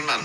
den Mann.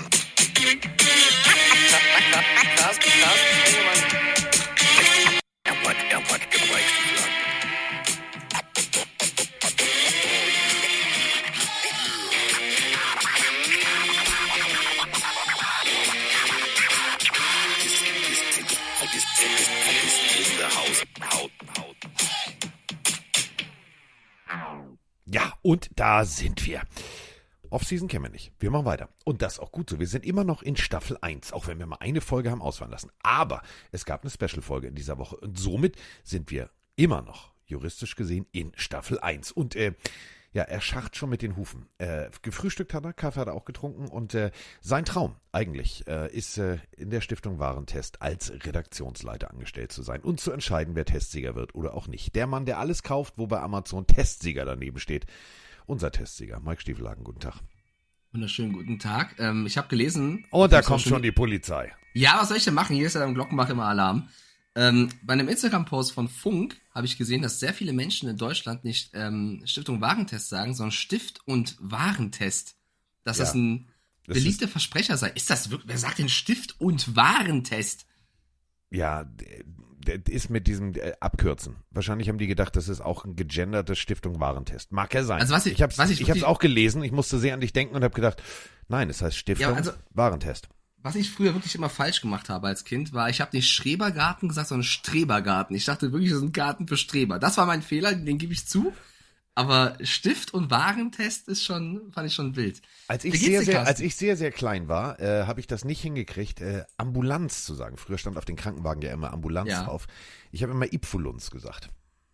Ja, und da sind wir. Off-Season kennen wir nicht. Wir machen weiter. Und das ist auch gut so. Wir sind immer noch in Staffel 1, auch wenn wir mal eine Folge haben ausfallen lassen. Aber es gab eine Special-Folge in dieser Woche. Und somit sind wir immer noch, juristisch gesehen, in Staffel 1. Und ja, er schacht schon mit den Hufen. Gefrühstückt hat er, Kaffee hat er auch getrunken. Und sein Traum eigentlich ist in der Stiftung Warentest als Redaktionsleiter angestellt zu sein und zu entscheiden, wer Testsieger wird oder auch nicht. Der Mann, der alles kauft, wo bei Amazon Testsieger daneben steht. Unser Testsieger, Mike Stiefelhagen, guten Tag. Wunderschönen guten Tag. Ich habe gelesen... Und da kommt schon die Polizei. Ja, was soll ich denn machen? Hier ist ja beim Glockenbach immer Alarm. Bei einem Instagram-Post von Funk habe ich gesehen, dass sehr viele Menschen in Deutschland nicht Stiftung Warentest sagen, sondern Stift- und Warentest. Dass das ein beliebter Versprecher sei. Ist das wirklich... Wer sagt denn Stift- und Warentest? Ja, ist mit diesem Abkürzen. Wahrscheinlich haben die gedacht, das ist auch ein gegenderter Stiftung Warentest. Mag ja sein. Also ich habe es auch gelesen, ich musste sehr an dich denken und habe gedacht, nein, es heißt Stiftung Warentest. Was ich früher wirklich immer falsch gemacht habe als Kind, war, ich habe nicht Schrebergarten gesagt, sondern Strebergarten. Ich dachte wirklich, das ist ein Garten für Streber. Das war mein Fehler, den gebe ich zu. Aber Stift- und Warentest fand ich schon wild. Als ich sehr, sehr klein war, habe ich das nicht hingekriegt, Ambulanz zu sagen. Früher stand auf den Krankenwagen ja immer Ambulanz drauf. Ich habe immer Ipfulunz gesagt.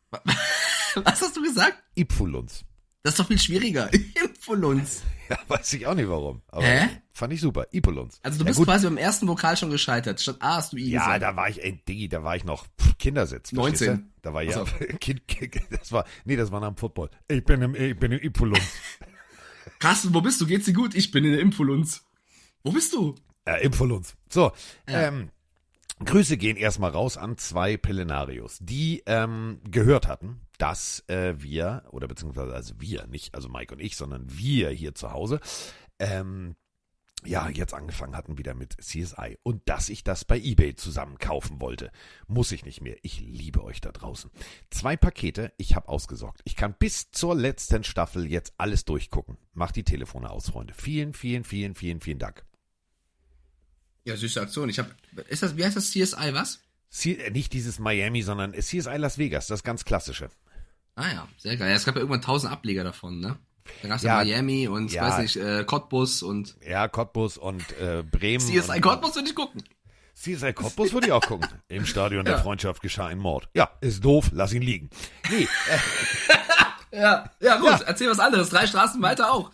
Was hast du gesagt? Ipfulunz. Das ist doch viel schwieriger. Ipfulunz. Ja, weiß ich auch nicht warum. Aber Hä? Fand ich super. Ipfulunz. Also du bist quasi beim ersten Vokal schon gescheitert. Statt A hast du I gesagt. Ja, da war ich noch Kindersitz. 19. Da war ja das war nach dem Football. Ich bin im Ipfulunz. Krass, wo bist du? Geht's dir gut? Ich bin in der Impfulunz. Wo bist du? Impfulunz. So, Grüße gehen erstmal raus an 2 Pillenarios, die gehört hatten, dass wir, oder beziehungsweise also wir, nicht also Mike und ich, sondern wir hier zu Hause, jetzt angefangen hatten wieder mit CSI und dass ich das bei eBay zusammen kaufen wollte. Muss ich nicht mehr. Ich liebe euch da draußen. 2 Pakete, ich habe ausgesorgt. Ich kann bis zur letzten Staffel jetzt alles durchgucken. Macht die Telefone aus, Freunde. Vielen, vielen, vielen, vielen, vielen Dank. Ja, süße Aktion. Wie heißt das CSI, was? Nicht dieses Miami, sondern CSI Las Vegas, das ganz klassische. Ah ja, sehr geil. Ja, es gab ja irgendwann 1000 Ableger davon, ne? Da gab's ja Miami und, weiß nicht, Cottbus und... Ja, Cottbus und Bremen. CSI Cottbus würde ich gucken. CSI Cottbus würde ich auch gucken. Im Stadion der Freundschaft geschah ein Mord. Ja, ist doof, lass ihn liegen. Nee. Ja, gut, erzähl was anderes. 3 Straßen weiter auch.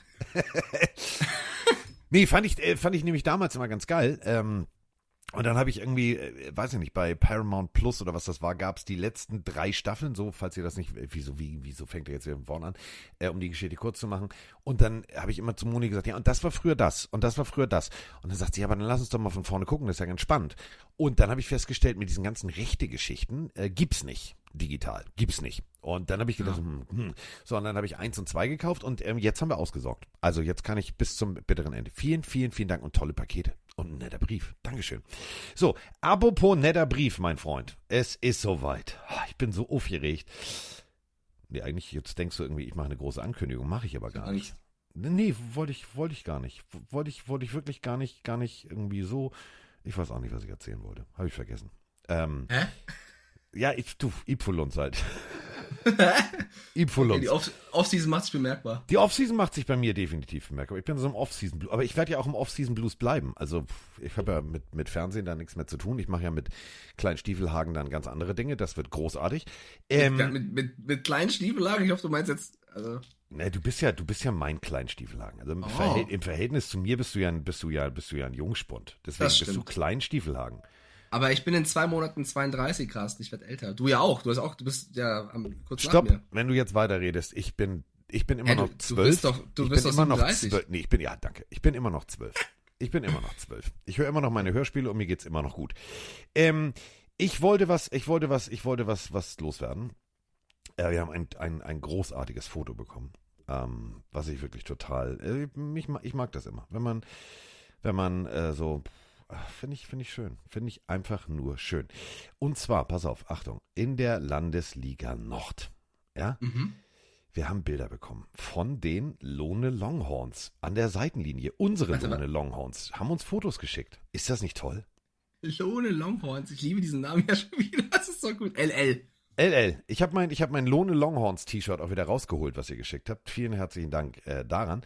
Nee, fand ich nämlich damals immer ganz geil. Und dann habe ich irgendwie, weiß ich nicht, bei Paramount Plus oder was das war, gab es die letzten 3 Staffeln, so, falls ihr das nicht, wieso fängt er jetzt wieder von vorne an, um die Geschichte kurz zu machen. Und dann habe ich immer zu Moni gesagt, ja, und das war früher das, und das war früher das. Und dann sagt sie, ja, aber dann lass uns doch mal von vorne gucken, das ist ja ganz spannend. Und dann habe ich festgestellt, mit diesen ganzen Rechte-Geschichten gibt's nicht digital, gibt's nicht. Und dann habe ich gedacht, so, und dann habe ich 1 und 2 gekauft und jetzt haben wir ausgesorgt. Also jetzt kann ich bis zum bitteren Ende. Vielen, vielen, vielen Dank und tolle Pakete. Und ein netter Brief. Dankeschön. So, apropos netter Brief, mein Freund. Es ist soweit. Ich bin so aufgeregt. Nee, eigentlich, jetzt denkst du irgendwie, ich mache eine große Ankündigung. Mache ich aber gar nicht. Nee, wollte ich gar nicht. Wollte ich wirklich gar nicht irgendwie so. Ich weiß auch nicht, was ich erzählen wollte. Habe ich vergessen. Hä? Ja, Ipfulunz halt. Ipfulunz. Okay, die Off-Season macht sich bemerkbar. Die Off-Season macht sich bei mir definitiv bemerkbar. Ich bin so im Off-Season-Blues. Aber ich werde ja auch im Off-Season-Blues bleiben. Also ich habe ja mit Fernsehen da nichts mehr zu tun. Ich mache ja mit Klein Stiefelhagen dann ganz andere Dinge. Das wird großartig. Mit Klein Stiefelhagen? Ich hoffe, du meinst jetzt... Also. Ne, du bist ja mein Klein Stiefelhagen. Also im Verhältnis zu mir bist du ja ein Jungspund. Deswegen bist du Klein Stiefelhagen. Aber ich bin in 2 Monaten 32, Carsten. Ich werde älter. Du ja auch. Du bist ja kurz Stopp, nach mir. Wenn du jetzt weiterredest. Ich bin immer noch 12. Du bist doch immer noch 37. 12. Nee, danke. Ich bin immer noch 12. Ich höre immer noch meine Hörspiele und mir geht's immer noch gut. Ich wollte was loswerden. Wir haben ein großartiges Foto bekommen. Was ich wirklich total, ich mag das immer. Wenn wenn man finde ich schön. Finde ich einfach nur schön. Und zwar, pass auf, Achtung, in der Landesliga Nord. Ja? Mhm. Wir haben Bilder bekommen von den Lohne Longhorns an der Seitenlinie. Unsere Lohne Longhorns haben uns Fotos geschickt. Ist das nicht toll? Lohne Longhorns, ich liebe diesen Namen ja schon wieder. Das ist so gut. LL. LL. Ich habe mein Lohne Longhorns T-Shirt auch wieder rausgeholt, was ihr geschickt habt. Vielen herzlichen Dank daran.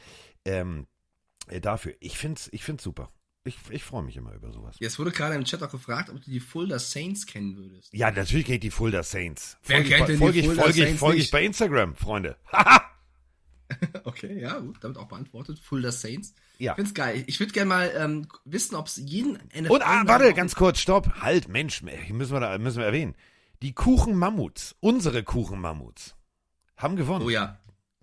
Dafür. Ich find's super. Ich freue mich immer über sowas. Jetzt wurde gerade im Chat auch gefragt, ob du die Fulda Saints kennen würdest. Ja, natürlich kennt die Fulda Saints. Wer kennt denn die Fulda Saints Folge ich nicht? bei Instagram, Freunde. Haha! Okay, ja, gut, damit auch beantwortet. Fulda Saints. Ja. Ich find's geil. Ich würde gerne mal wissen, ob es jeden NFL... Und warte, ganz kurz, stopp. Halt, Mensch, hier müssen wir erwähnen. Die Kuchen-Mammuts, unsere Kuchen-Mammuts, haben gewonnen. Oh ja.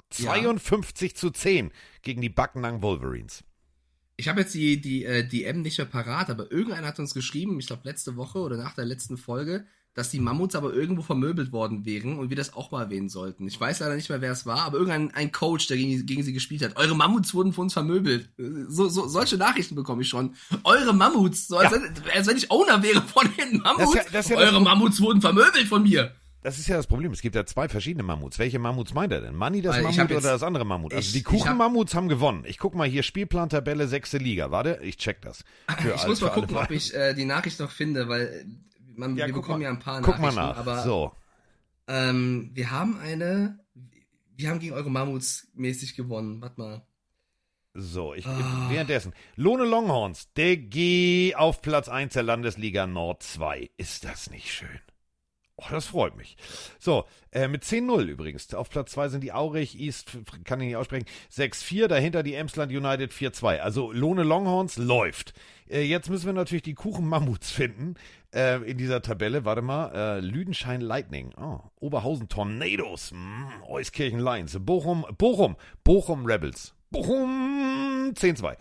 52-10 gegen die Backnang Wolverines. Ich habe jetzt die DM nicht mehr parat, aber irgendeiner hat uns geschrieben, ich glaube letzte Woche oder nach der letzten Folge, dass die Mammuts aber irgendwo vermöbelt worden wären und wir das auch mal erwähnen sollten. Ich weiß leider nicht mehr, wer es war, aber ein Coach, der gegen sie gespielt hat. Eure Mammuts wurden von uns vermöbelt. Solche Nachrichten bekomme ich schon. Eure Mammuts, so als wenn ich Owner wäre von den Mammuts. Eure Mammuts wurden vermöbelt von mir. Das ist ja das Problem. Es gibt ja 2 verschiedene Mammuts. Welche Mammuts meint er denn? Manni das Mammut oder das andere Mammut? Also die Kuchen-Mammuts haben gewonnen. Ich guck mal hier, Spielplan-Tabelle 6. Liga. Warte, ich check das. Ich muss mal gucken, ob ich die Nachricht noch finde, weil wir bekommen ja ein paar Nachrichten. Guck mal nach. Aber, so. Wir haben gegen eure Mammuts mäßig gewonnen. Warte mal. So, währenddessen. Lohne Longhorns, DG auf Platz 1 der Landesliga Nord 2. Ist das nicht schön? Oh, das freut mich. So, mit 10-0 übrigens. Auf Platz 2 sind die Aurich East, kann ich nicht aussprechen, 6-4. Dahinter die Emsland United 4-2. Also Lohne Longhorns läuft. Jetzt müssen wir natürlich die Kuchen-Mammuts finden in dieser Tabelle. Warte mal. Lüdenscheid Lightning. Oberhausen Tornadoes. Euskirchen Lions. Bochum Rebels. Bochum 10-2.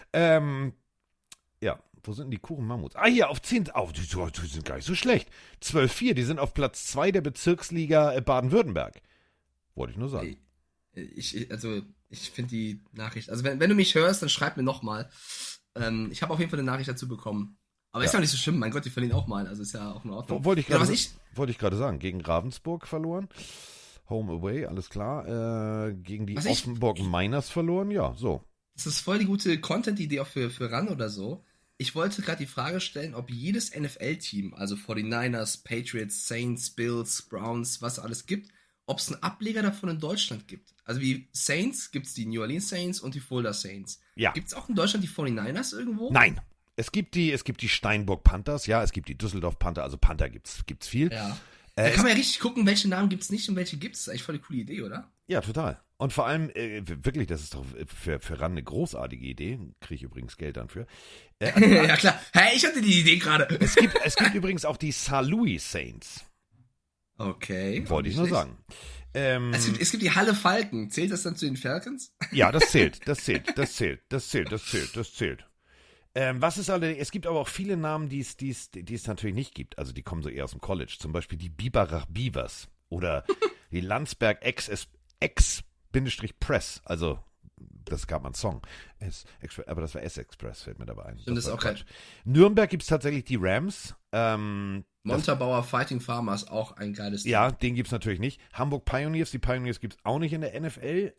Ja. Wo sind denn die Kuchen-Mammuts? Hier, auf 10. Die sind gar nicht so schlecht. 12-4, die sind auf Platz 2 der Bezirksliga Baden-Württemberg. Wollte ich nur sagen. Ich finde die Nachricht, also wenn du mich hörst, dann schreib mir nochmal. Ich habe auf jeden Fall eine Nachricht dazu bekommen. Aber ist ja nicht so schlimm, mein Gott, die verlieren auch mal, also ist ja auch in Ordnung. Wollte ich gerade sagen, gegen Ravensburg verloren. Home away, alles klar. Gegen die Offenburg Miners verloren, ja, so. Das ist voll die gute Content-Idee auch für RAN oder so. Ich wollte gerade die Frage stellen, ob jedes NFL-Team, also 49ers, Patriots, Saints, Bills, Browns, was alles gibt, ob es einen Ableger davon in Deutschland gibt. Also wie Saints gibt es die New Orleans Saints und die Fulda Saints. Ja. Gibt es auch in Deutschland die 49ers irgendwo? Nein. Es gibt die Steinburg Panthers, ja, es gibt die Düsseldorf Panther, also Panther gibt's viel. Ja. Da kann man ja richtig gucken, welche Namen gibt's nicht und welche gibt's. Das ist eigentlich voll eine coole Idee, oder? Ja, total. Und vor allem, wirklich, das ist doch für RAN eine großartige Idee. Kriege ich übrigens Geld dann für. Ja, klar. Hey, ich hatte die Idee gerade. Es gibt übrigens auch die St. Louis Saints. Okay. Wollte ich nur sagen. Es gibt die Halle Falken. Zählt das dann zu den Falcons? Ja, das zählt. Was ist allerdings, es gibt aber auch viele Namen, die es natürlich nicht gibt. Also die kommen so eher aus dem College. Zum Beispiel die Biberach Beavers oder die Landsberg X-Press. Also, das gab mal einen Song. Aber das war S-Express, fällt mir dabei ein. Und das ist auch Quatsch. Nürnberg gibt es tatsächlich die Rams. Montabaur Fighting Farmers, auch ein geiles Team. Ja, den gibt es natürlich nicht. Hamburg Pioneers, die Pioneers gibt es auch nicht in der NFL.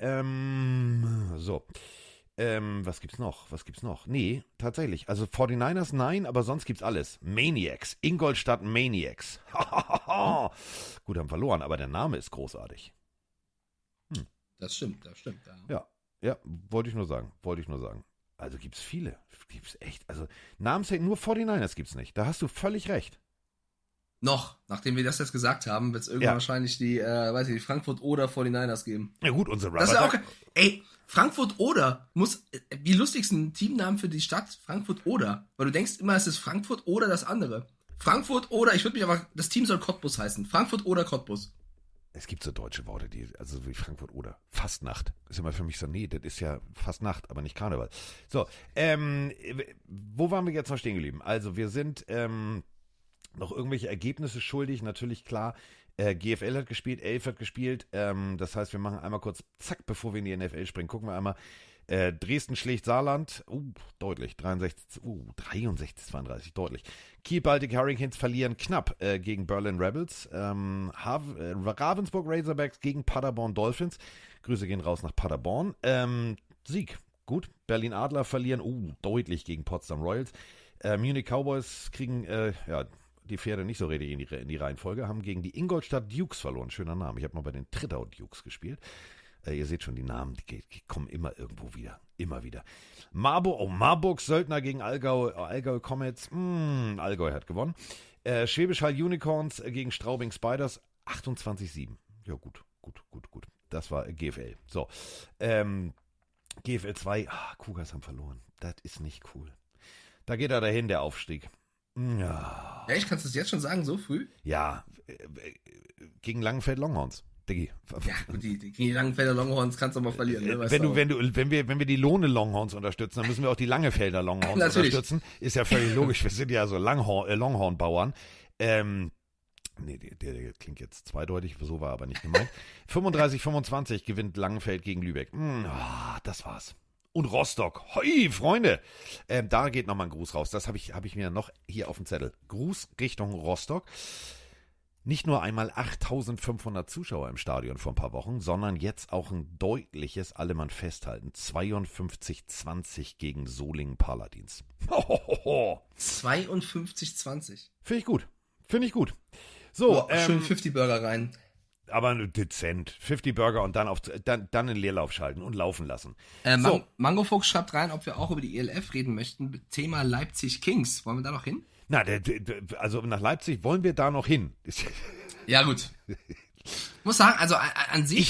Was gibt's noch? Nee, tatsächlich. Also 49ers, nein, aber sonst gibt's alles. Maniacs. Ingolstadt Maniacs. Gut, haben verloren, aber der Name ist großartig. Das stimmt, ja. Ja, wollte ich nur sagen. Also gibt's viele. Gibt's echt. Also Namenshelden, nur 49ers gibt's nicht. Da hast du völlig recht. Noch, nachdem wir das jetzt gesagt haben, wird es irgendwann wahrscheinlich die Frankfurt oder 49ers geben. Ja gut, unsere Das ist ja auch Frankfurt oder muss, wie lustig ist ein Teamnamen für die Stadt Frankfurt oder? Weil du denkst immer, es ist Frankfurt oder das andere. Frankfurt oder, das Team soll Cottbus heißen. Frankfurt oder Cottbus. Es gibt so deutsche Worte, also wie Frankfurt oder Fastnacht. Ist immer für mich so, nee, das ist ja Fastnacht, aber nicht Karneval. So, wo waren wir jetzt noch stehen geblieben? Also wir sind noch irgendwelche Ergebnisse schuldig, natürlich klar. GFL hat gespielt, 11 hat gespielt. Das heißt, wir machen einmal kurz, zack, bevor wir in die NFL springen, gucken wir einmal. Dresden schlägt Saarland, deutlich, 63-32, deutlich. Kiel Baltic Hurricanes verlieren knapp gegen Berlin Rebels. Ravensburg Razorbacks gegen Paderborn Dolphins. Grüße gehen raus nach Paderborn. Sieg, gut. Berlin Adler verlieren, deutlich gegen Potsdam Royals. Munich Cowboys kriegen, die Pferde nicht so richtig in die Reihenfolge, haben gegen die Ingolstadt Dukes verloren. Schöner Name. Ich habe mal bei den Trittau Dukes gespielt. Ihr seht schon, die Namen, die kommen immer irgendwo wieder. Immer wieder. Marburg Söldner gegen Allgäu Comets. Allgäu hat gewonnen. Schwäbisch Hall Unicorns gegen Straubing Spiders. 28-7. Ja, gut. Das war GFL. So. GFL 2. Cougars haben verloren. Das ist nicht cool. Da geht er dahin, der Aufstieg. Ja. Echt? Kannst du es jetzt schon sagen, so früh? Ja. Gegen Langenfeld Longhorns. Diggi. Ja, die Langenfelder Longhorns kannst du mal verlieren. Ne? Wenn wir die Lohne Longhorns unterstützen, dann müssen wir auch die Langefelder Longhorns unterstützen. Ist ja völlig logisch. Wir sind ja so Longhorn-Bauern. Nee, der klingt jetzt zweideutig, so war aber nicht gemeint. 35-25 gewinnt Langenfeld gegen Lübeck. Das war's. Und Rostock. Hoi, Freunde. Da geht nochmal ein Gruß raus. Das habe ich mir noch hier auf dem Zettel. Gruß Richtung Rostock. Nicht nur einmal 8.500 Zuschauer im Stadion vor ein paar Wochen, sondern jetzt auch ein deutliches Allemann festhalten. 52-20 gegen Solingen Paladins. 52-20. Finde ich gut. So, schön 50 Burger rein. Aber dezent. 50 Burger und dann in Leerlauf schalten und laufen lassen. Mangofuchs schreibt rein, ob wir auch über die ELF reden möchten. Thema Leipzig Kings. Wollen wir da noch hin? Na, also nach Leipzig wollen wir da noch hin. Ja, gut. Ich muss sagen, also an sich,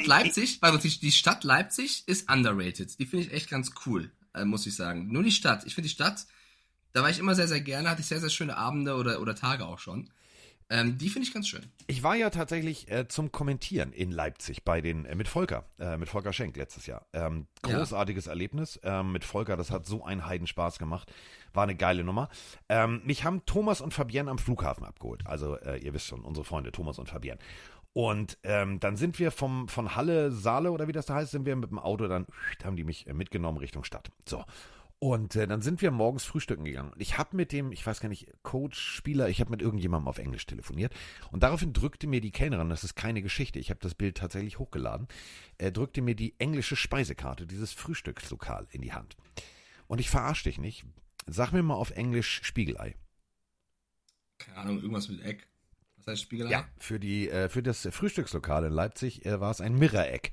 die Stadt Leipzig ist underrated. Die finde ich echt ganz cool, muss ich sagen. Nur die Stadt. Ich finde die Stadt, da war ich immer sehr, sehr gerne, hatte ich sehr, sehr schöne Abende oder Tage auch schon. Die finde ich ganz schön. Ich war ja tatsächlich zum Kommentieren in Leipzig mit Volker Schenk letztes Jahr. Großartiges Erlebnis mit Volker, das hat so einen Heidenspaß gemacht. War eine geile Nummer. Mich haben Thomas und Fabienne am Flughafen abgeholt. Also ihr wisst schon, unsere Freunde Thomas und Fabienne. Und dann sind wir von Halle, Saale oder wie das da heißt, sind wir mit dem Auto, dann haben die mich mitgenommen Richtung Stadt. So. Und dann sind wir morgens frühstücken gegangen. Und ich habe mit dem, ich weiß gar nicht, Coach, Spieler, ich habe mit irgendjemandem auf Englisch telefoniert. Und daraufhin drückte mir die Kellnerin, das ist keine Geschichte, ich habe das Bild tatsächlich hochgeladen, drückte mir die englische Speisekarte, dieses Frühstückslokal in die Hand. Und ich verarsche dich nicht. Sag mir mal auf Englisch Spiegelei. Keine Ahnung, irgendwas mit Egg. Was heißt Spiegelei? Ja, für das Frühstückslokal in Leipzig war es ein Mirror-Egg.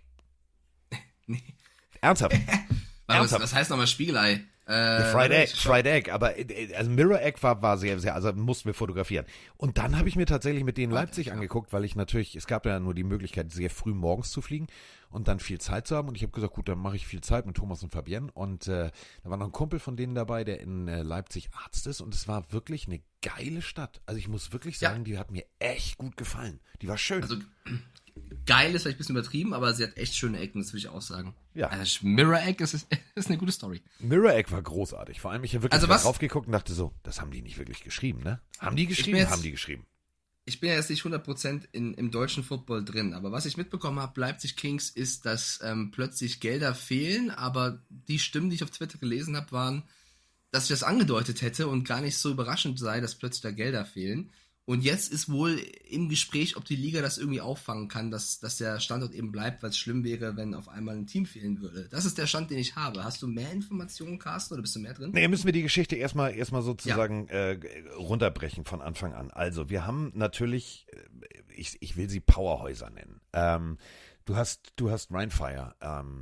Nee. Ernsthaft? Was heißt nochmal Spiegelei? Fried Egg, aber also Mirror Egg war sehr, sehr, also mussten wir fotografieren. Und dann habe ich mir tatsächlich mit denen Leipzig angeguckt, weil es gab ja nur die Möglichkeit, sehr früh morgens zu fliegen und dann viel Zeit zu haben. Und ich habe gesagt, gut, dann mache ich viel Zeit mit Thomas und Fabienne. Und da war noch ein Kumpel von denen dabei, der in Leipzig Arzt ist. Und es war wirklich eine geile Stadt. Also ich muss wirklich sagen, die hat mir echt gut gefallen. Die war schön. Also geil ist vielleicht ein bisschen übertrieben, aber sie hat echt schöne Ecken, das will ich auch sagen. Ja. Also Mirror Egg ist eine gute Story. Mirror Egg war großartig. Vor allem, ich habe wirklich drauf geguckt und dachte so, das haben die nicht wirklich geschrieben, ne? Haben die geschrieben? Ich bin ja jetzt nicht 100% im deutschen Football drin, aber was ich mitbekommen habe, Leipzig Kings, ist, dass plötzlich Gelder fehlen, aber die Stimmen, die ich auf Twitter gelesen habe, waren, dass ich das angedeutet hätte und gar nicht so überraschend sei, dass plötzlich da Gelder fehlen. Und jetzt ist wohl im Gespräch, ob die Liga das irgendwie auffangen kann, dass der Standort eben bleibt, weil es schlimm wäre, wenn auf einmal ein Team fehlen würde. Das ist der Stand, den ich habe. Hast du mehr Informationen, Carsten, oder bist du mehr drin? Nee, müssen wir die Geschichte erstmal sozusagen runterbrechen von Anfang an. Also, wir haben natürlich, ich will sie Powerhäuser nennen. Du hast Rheinfire.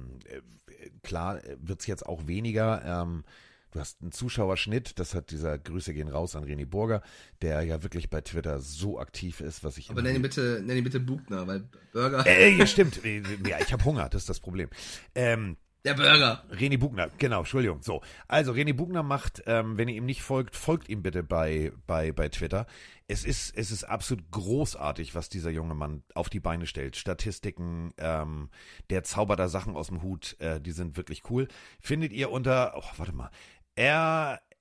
Klar wird es jetzt auch weniger. Du hast einen Zuschauerschnitt, Grüße gehen raus an René Burger, der ja wirklich bei Twitter so aktiv ist, was ich... Aber nenn ihn bitte Bugner, weil Burger... Ja, stimmt. Ja, ich habe Hunger, das ist das Problem. Der Burger. René Bugner, genau, Entschuldigung. So, also René Bugner macht, wenn ihr ihm nicht folgt ihm bitte bei Twitter. Es ist absolut großartig, was dieser junge Mann auf die Beine stellt. Statistiken, der zaubert da Sachen aus dem Hut, die sind wirklich cool. Findet ihr unter,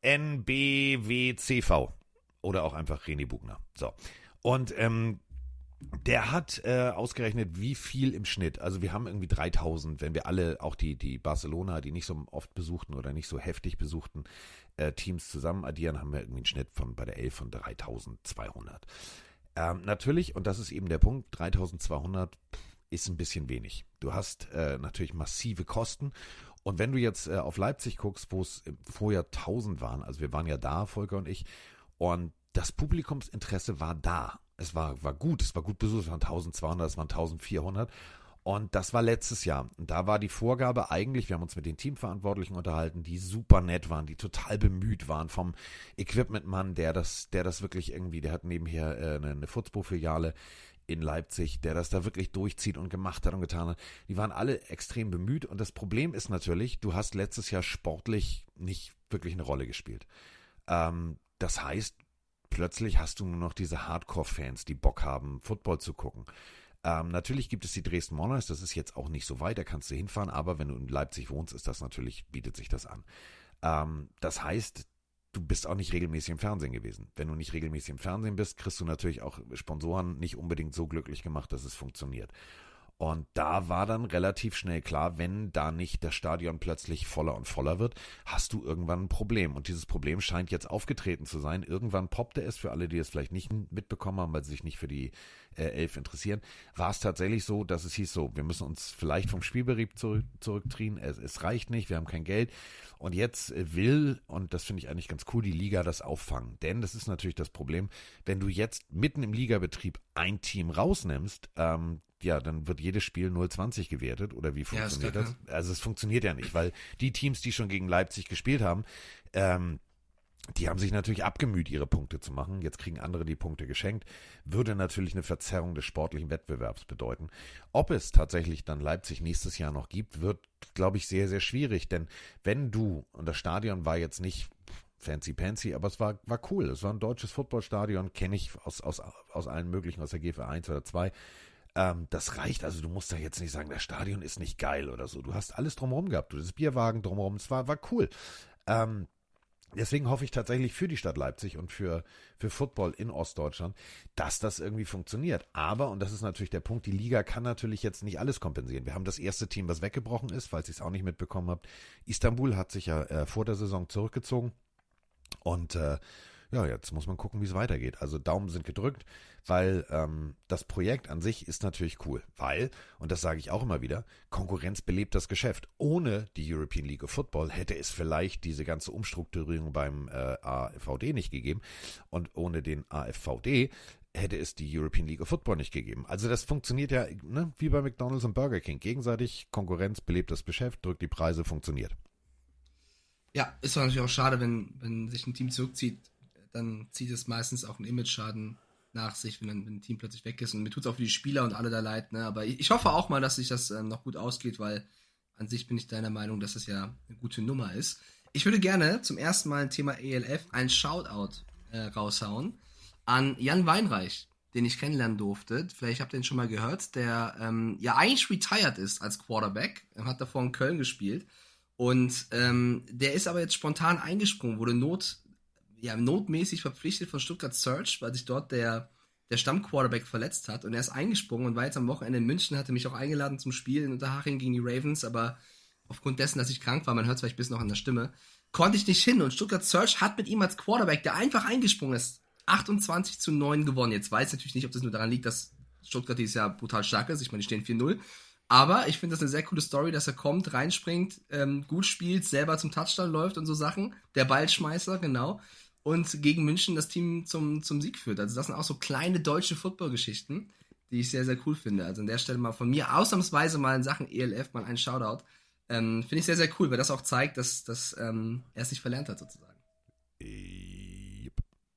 RNBWCV oder auch einfach René Bugner. So, und Der hat ausgerechnet, wie viel im Schnitt. Also wir haben irgendwie 3000, wenn wir alle, auch die Barcelona, die nicht so oft besuchten oder nicht so heftig besuchten Teams zusammen addieren, haben wir irgendwie einen Schnitt bei der 11 von 3200. Natürlich, und das ist eben der Punkt, 3200 ist ein bisschen wenig. Du hast natürlich massive Kosten. Und wenn du jetzt auf Leipzig guckst, wo es vorher 1000 waren, also wir waren ja da, Volker und ich, und das Publikumsinteresse war da. Es war gut, es war gut besucht, es waren 1200, es waren 1400. Und das war letztes Jahr. Und da war die Vorgabe eigentlich, wir haben uns mit den Teamverantwortlichen unterhalten, die super nett waren, die total bemüht waren vom Equipmentmann, der das wirklich irgendwie, der hat nebenher eine Fußballfiliale in Leipzig, der das da wirklich durchzieht und gemacht hat und getan hat. Die waren alle extrem bemüht. Und das Problem ist natürlich, du hast letztes Jahr sportlich nicht wirklich eine Rolle gespielt. Das heißt, plötzlich hast du nur noch diese Hardcore-Fans, die Bock haben, Football zu gucken. Natürlich gibt es die Dresden Monarchs, das ist jetzt auch nicht so weit, da kannst du hinfahren, aber wenn du in Leipzig wohnst, bietet sich das an. Das heißt, du bist auch nicht regelmäßig im Fernsehen gewesen. Wenn du nicht regelmäßig im Fernsehen bist, kriegst du natürlich auch Sponsoren nicht unbedingt so glücklich gemacht, dass es funktioniert. Und da war dann relativ schnell klar, wenn da nicht das Stadion plötzlich voller und voller wird, hast du irgendwann ein Problem. Und dieses Problem scheint jetzt aufgetreten zu sein. Irgendwann poppte es, für alle, die es vielleicht nicht mitbekommen haben, weil sie sich nicht für die Elf interessieren, war es tatsächlich so, dass es hieß so, wir müssen uns vielleicht vom Spielbetrieb zurückziehen, es reicht nicht, wir haben kein Geld. Und jetzt will, und das finde ich eigentlich ganz cool, die Liga das auffangen. Denn das ist natürlich das Problem, wenn du jetzt mitten im Ligabetrieb ein Team rausnimmst, ja, dann wird jedes Spiel 0-20 gewertet, oder wie funktioniert das? Also es funktioniert ja nicht, weil die Teams, die schon gegen Leipzig gespielt haben, die haben sich natürlich abgemüht, ihre Punkte zu machen. Jetzt kriegen andere die Punkte geschenkt. Würde natürlich eine Verzerrung des sportlichen Wettbewerbs bedeuten. Ob es tatsächlich dann Leipzig nächstes Jahr noch gibt, wird, glaube ich, sehr, sehr schwierig. Denn wenn und das Stadion war jetzt nicht fancy-pancy, aber es war cool. Es war ein deutsches Footballstadion, kenne ich aus allen möglichen, aus der GFL 1 oder 2. Das reicht, also du musst da jetzt nicht sagen, das Stadion ist nicht geil oder so. Du hast alles drumherum gehabt, du hast Bierwagen drumherum, es war cool. Deswegen hoffe ich tatsächlich für die Stadt Leipzig und für Football in Ostdeutschland, dass das irgendwie funktioniert. Aber, und das ist natürlich der Punkt, die Liga kann natürlich jetzt nicht alles kompensieren. Wir haben das erste Team, was weggebrochen ist, falls ihr es auch nicht mitbekommen habt. Istanbul hat sich ja vor der Saison zurückgezogen. Und ja, jetzt muss man gucken, wie es weitergeht. Also Daumen sind gedrückt, weil das Projekt an sich ist natürlich cool. Weil, und das sage ich auch immer wieder, Konkurrenz belebt das Geschäft. Ohne die European League of Football hätte es vielleicht diese ganze Umstrukturierung beim AFVD nicht gegeben. Und ohne den AFVD hätte es die European League of Football nicht gegeben. Also das funktioniert ja, ne, wie bei McDonald's und Burger King. Gegenseitig, Konkurrenz belebt das Geschäft, drückt die Preise, funktioniert. Ja, ist natürlich auch schade, wenn sich ein Team zurückzieht, dann zieht es meistens auch einen Image-Schaden nach sich, wenn ein Team plötzlich weg ist. Und mir tut es auch für die Spieler und alle da leid. Ne? Aber ich hoffe auch mal, dass sich das noch gut ausgeht, weil an sich bin ich deiner Meinung, dass es ja eine gute Nummer ist. Ich würde gerne zum ersten Mal im Thema ELF ein Shoutout raushauen an Jan Weinreich, den ich kennenlernen durfte. Vielleicht habt ihr ihn schon mal gehört, der ja eigentlich retired ist als Quarterback. Er hat davor in Köln gespielt. Und der ist aber jetzt spontan eingesprungen, wurde notmäßig verpflichtet von Stuttgart Search, weil sich dort der Stammquarterback verletzt hat. Und er ist eingesprungen und war jetzt am Wochenende in München, hatte mich auch eingeladen zum Spiel in Unterhaching gegen die Ravens, aber aufgrund dessen, dass ich krank war, man hört es vielleicht ein bisschen noch an der Stimme, konnte ich nicht hin. Und Stuttgart Search hat mit ihm als Quarterback, der einfach eingesprungen ist, 28-9 gewonnen. Jetzt weiß ich natürlich nicht, ob das nur daran liegt, dass Stuttgart dieses Jahr brutal stark ist. Ich meine, die stehen 4-0. Aber ich finde das eine sehr coole Story, dass er kommt, reinspringt, gut spielt, selber zum Touchdown läuft und so Sachen. Der Ballschmeißer, genau. Und gegen München das Team zum Sieg führt. Also das sind auch so kleine deutsche Football-Geschichten, die ich sehr, sehr cool finde. Also an der Stelle mal von mir ausnahmsweise mal in Sachen ELF mal einen Shoutout. Finde ich sehr, sehr cool, weil das auch zeigt, dass er es nicht verlernt hat, sozusagen. Yep.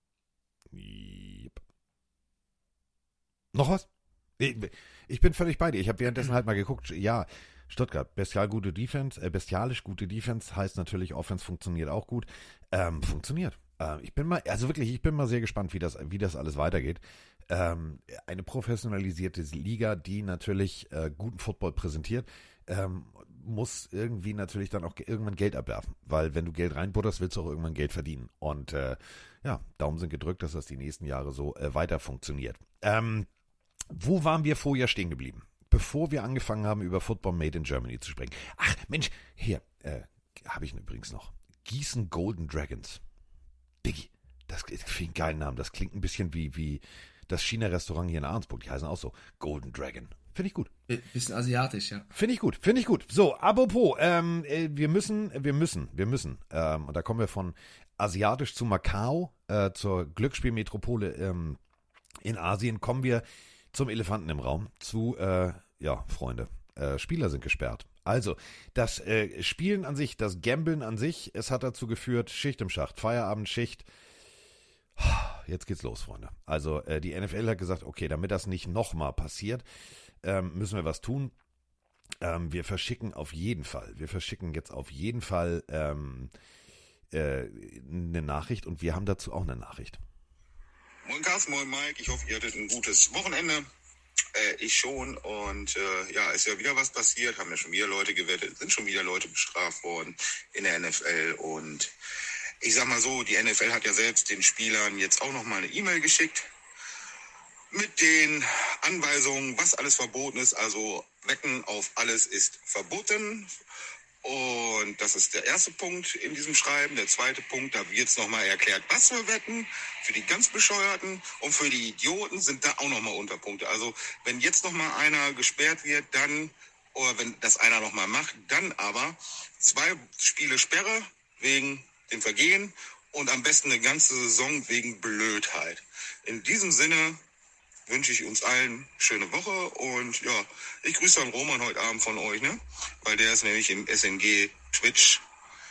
Noch was? Ich bin völlig bei dir. Ich habe währenddessen halt mal geguckt. Ja, Stuttgart, bestialisch gute Defense heißt natürlich, Offense funktioniert auch gut. Funktioniert. Ich bin mal sehr gespannt, wie das alles weitergeht. Eine professionalisierte Liga, die natürlich guten Football präsentiert, muss irgendwie natürlich dann auch irgendwann Geld abwerfen. Weil wenn du Geld reinbutterst, willst du auch irgendwann Geld verdienen. Und ja, Daumen sind gedrückt, dass das die nächsten Jahre so weiter funktioniert. Wo waren wir vorher stehen geblieben? Bevor wir angefangen haben, über Football Made in Germany zu sprechen. Ach, Mensch, hier, habe ich übrigens noch. Gießen Golden Dragons. Diggi, das finde ich einen geilen Namen. Das klingt ein bisschen wie das China-Restaurant hier in Ahrensburg. Die heißen auch so Golden Dragon. Finde ich gut. Bisschen asiatisch, ja. Finde ich gut. So, apropos, wir müssen, und da kommen wir von asiatisch zu Macau, zur Glücksspielmetropole in Asien, kommen wir zum Elefanten im Raum, zu, Freunde, Spieler sind gesperrt. Also, das Spielen an sich, das Gambeln an sich, es hat dazu geführt, Schicht im Schacht, Feierabendschicht. Jetzt geht's los, Freunde. Also, die NFL hat gesagt, okay, damit das nicht nochmal passiert, müssen wir was tun. Wir verschicken jetzt auf jeden Fall eine Nachricht und wir haben dazu auch eine Nachricht. Moin Carsten, moin Mike, ich hoffe, ihr hattet ein gutes Wochenende. Ich schon und ist ja wieder was passiert, haben ja schon wieder Leute gewettet, sind schon wieder Leute bestraft worden in der NFL und ich sag mal so, die NFL hat ja selbst den Spielern jetzt auch nochmal eine E-Mail geschickt mit den Anweisungen, was alles verboten ist, also Wetten auf alles ist verboten. Und das ist der erste Punkt in diesem Schreiben. Der zweite Punkt, da wird jetzt nochmal erklärt, was für Wetten, für die ganz Bescheuerten und für die Idioten sind da auch nochmal Unterpunkte. Also wenn jetzt nochmal einer gesperrt wird, dann, oder wenn das einer nochmal macht, dann aber 2 Spiele Sperre wegen dem Vergehen und am besten eine ganze Saison wegen Blödheit. In diesem Sinne wünsche ich uns allen eine schöne Woche und ja, ich grüße dann Roman heute Abend von euch, ne? Weil der ist nämlich im SNG Twitch,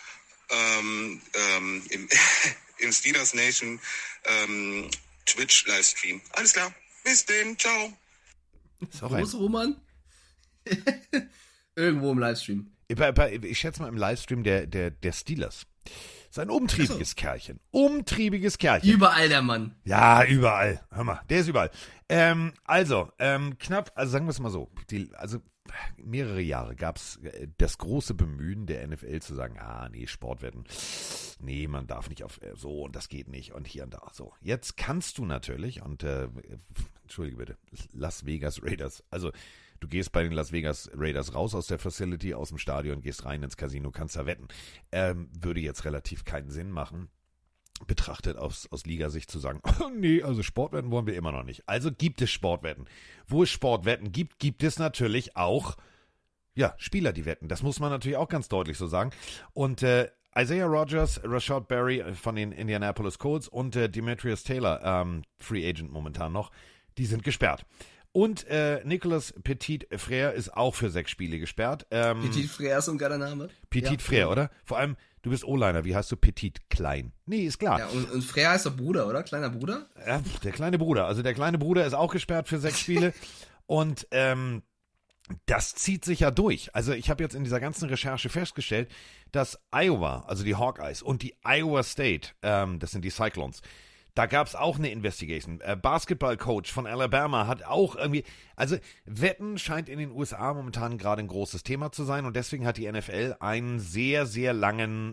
im Steelers Nation Twitch Livestream. Alles klar, bis denn, ciao. Wo ist Roman? Irgendwo im Livestream. Ich schätze mal im Livestream der Steelers. Ist ein umtriebiges Kerlchen. Überall der Mann. Ja, überall. Hör mal, der ist überall. Knapp, also sagen wir es mal so, mehrere Jahre gab es das große Bemühen der NFL zu sagen, Sportwetten, man darf nicht auf so und das geht nicht und hier und da. So, jetzt kannst du natürlich und entschuldige bitte, Las Vegas Raiders, also du gehst bei den Las Vegas Raiders raus aus der Facility, aus dem Stadion, gehst rein ins Casino, kannst da wetten. Würde jetzt relativ keinen Sinn machen, betrachtet aus Ligasicht zu sagen, also Sportwetten wollen wir immer noch nicht. Also gibt es Sportwetten. Wo es Sportwetten gibt, gibt es natürlich auch Spieler, die wetten. Das muss man natürlich auch ganz deutlich so sagen. Und Isaiah Rodgers, Rashad Berry von den Indianapolis Colts und Demetrius Taylor, Free Agent momentan noch, die sind gesperrt. Und Nicolas Petit-Frère ist auch für 6 Spiele gesperrt. Petit-Frère ist so ein geiler Name. Petit-Frère, oder? Vor allem, du bist O-Liner, wie heißt du? Petit, klein. Nee, ist klar. Ja, und Frère heißt doch Bruder, oder? Kleiner Bruder? Ja, der kleine Bruder. Also der kleine Bruder ist auch gesperrt für 6 Spiele. Und das zieht sich ja durch. Also ich habe jetzt in dieser ganzen Recherche festgestellt, dass Iowa, also die Hawkeyes und die Iowa State, das sind die Cyclones, da gab es auch eine Investigation. Basketball-Coach von Alabama hat auch irgendwie, also Wetten scheint in den USA momentan gerade ein großes Thema zu sein und deswegen hat die NFL einen sehr, sehr langen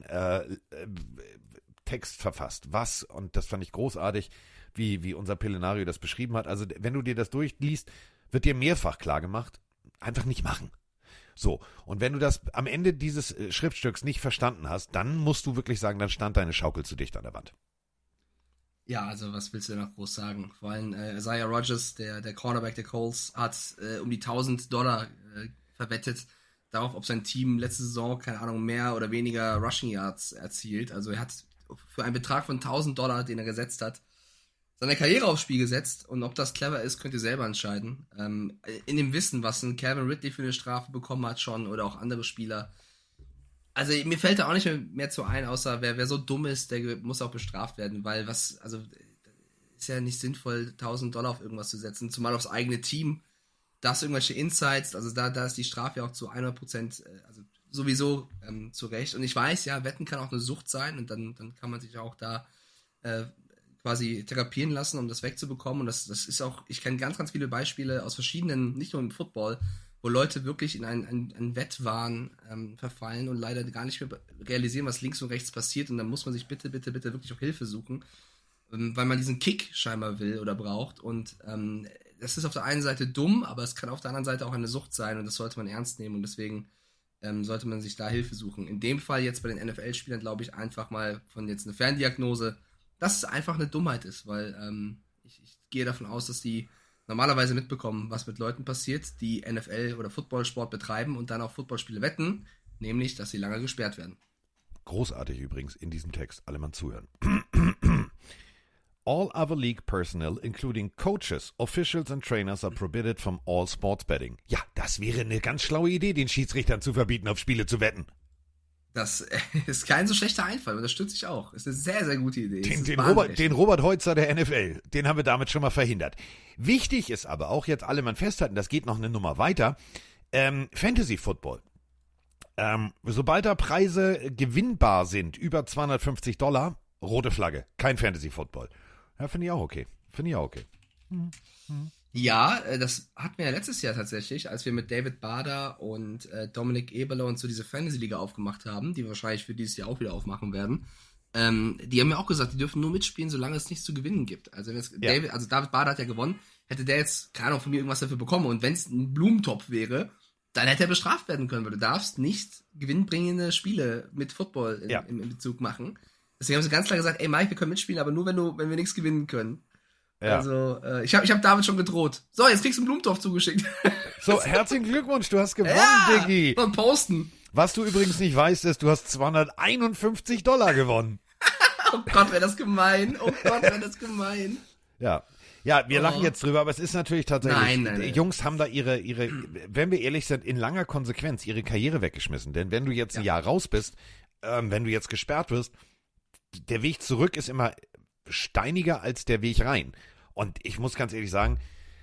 Text verfasst. Und das fand ich großartig, wie unser Pillenario das beschrieben hat. Also wenn du dir das durchliest, wird dir mehrfach klar gemacht, einfach nicht machen. So, und wenn du das am Ende dieses Schriftstücks nicht verstanden hast, dann musst du wirklich sagen, dann stand deine Schaukel zu dicht an der Wand. Ja, also was willst du denn noch groß sagen? Vor allem Isaiah Rodgers, der Cornerback der Colts, hat um die $1.000 verwettet darauf, ob sein Team letzte Saison, keine Ahnung, mehr oder weniger Rushing Yards erzielt. Also er hat für einen Betrag von $1.000, den er gesetzt hat, seine Karriere aufs Spiel gesetzt. Und ob das clever ist, könnt ihr selber entscheiden. In dem Wissen, was ein Calvin Ridley für eine Strafe bekommen hat schon oder auch andere Spieler. Also mir fällt da auch nicht mehr zu ein, außer wer so dumm ist, der muss auch bestraft werden, weil ist ja nicht sinnvoll, $1.000 auf irgendwas zu setzen, zumal aufs eigene Team. Da hast du irgendwelche Insights, also da ist die Strafe ja auch zu 100%, also sowieso zu Recht. Und ich weiß, ja, Wetten kann auch eine Sucht sein und dann kann man sich auch da quasi therapieren lassen, um das wegzubekommen. Und das ist auch, ich kenne ganz, ganz viele Beispiele aus verschiedenen, nicht nur im Football, wo Leute wirklich in einen Wettwahn verfallen und leider gar nicht mehr realisieren, was links und rechts passiert. Und dann muss man sich bitte wirklich auch Hilfe suchen, weil man diesen Kick scheinbar will oder braucht. Und das ist auf der einen Seite dumm, aber es kann auf der anderen Seite auch eine Sucht sein und das sollte man ernst nehmen und deswegen sollte man sich da Hilfe suchen. In dem Fall jetzt bei den NFL-Spielern glaube ich einfach mal von jetzt eine Ferndiagnose, dass es einfach eine Dummheit ist, weil ich gehe davon aus, dass die normalerweise mitbekommen, was mit Leuten passiert, die NFL oder Footballsport betreiben und dann auf Footballspiele wetten, nämlich, dass sie lange gesperrt werden. Großartig übrigens in diesem Text, alle mal zuhören. All other league personnel, including coaches, officials and trainers, are prohibited from all sports betting. Ja, das wäre eine ganz schlaue Idee, den Schiedsrichtern zu verbieten, auf Spiele zu wetten. Das ist kein so schlechter Einfall, unterstütze ich auch. Ist eine sehr, sehr gute Idee. Den Robert Heutzer der NFL, den haben wir damit schon mal verhindert. Wichtig ist aber auch, jetzt alle mal festhalten, das geht noch eine Nummer weiter, Fantasy Football. Sobald da Preise gewinnbar sind, über $250, rote Flagge, kein Fantasy Football. Ja, finde ich auch okay. Ja, das hatten wir ja letztes Jahr tatsächlich, als wir mit David Bader und Dominik Eberle und so diese Fantasy-Liga aufgemacht haben, die wir wahrscheinlich für dieses Jahr auch wieder aufmachen werden. Die haben ja auch gesagt, die dürfen nur mitspielen, solange es nichts zu gewinnen gibt. Also wenn jetzt David Bader hat ja gewonnen, hätte der jetzt, keine Ahnung, von mir irgendwas dafür bekommen. Und wenn es ein Blumentopf wäre, dann hätte er bestraft werden können, weil du darfst nicht gewinnbringende Spiele mit Football im Bezug machen. Deswegen haben sie ganz klar gesagt, ey Mike, wir können mitspielen, aber nur wenn wir nichts gewinnen können. Ja. Also, ich hab David schon gedroht. So, jetzt kriegst du einen Blumentopf zugeschickt. So, herzlichen Glückwunsch, du hast gewonnen, Diggi. Und posten. Was du übrigens nicht weißt, ist, du hast $251 gewonnen. Oh Gott, wäre das gemein. Ja. Ja, wir lachen jetzt drüber, aber es ist natürlich tatsächlich, nein. Jungs haben da ihre, wenn wir ehrlich sind, in langer Konsequenz ihre Karriere weggeschmissen. Denn wenn du jetzt ein Jahr raus bist, wenn du jetzt gesperrt wirst, der Weg zurück ist immer steiniger als der Weg rein. Und ich muss ganz ehrlich sagen,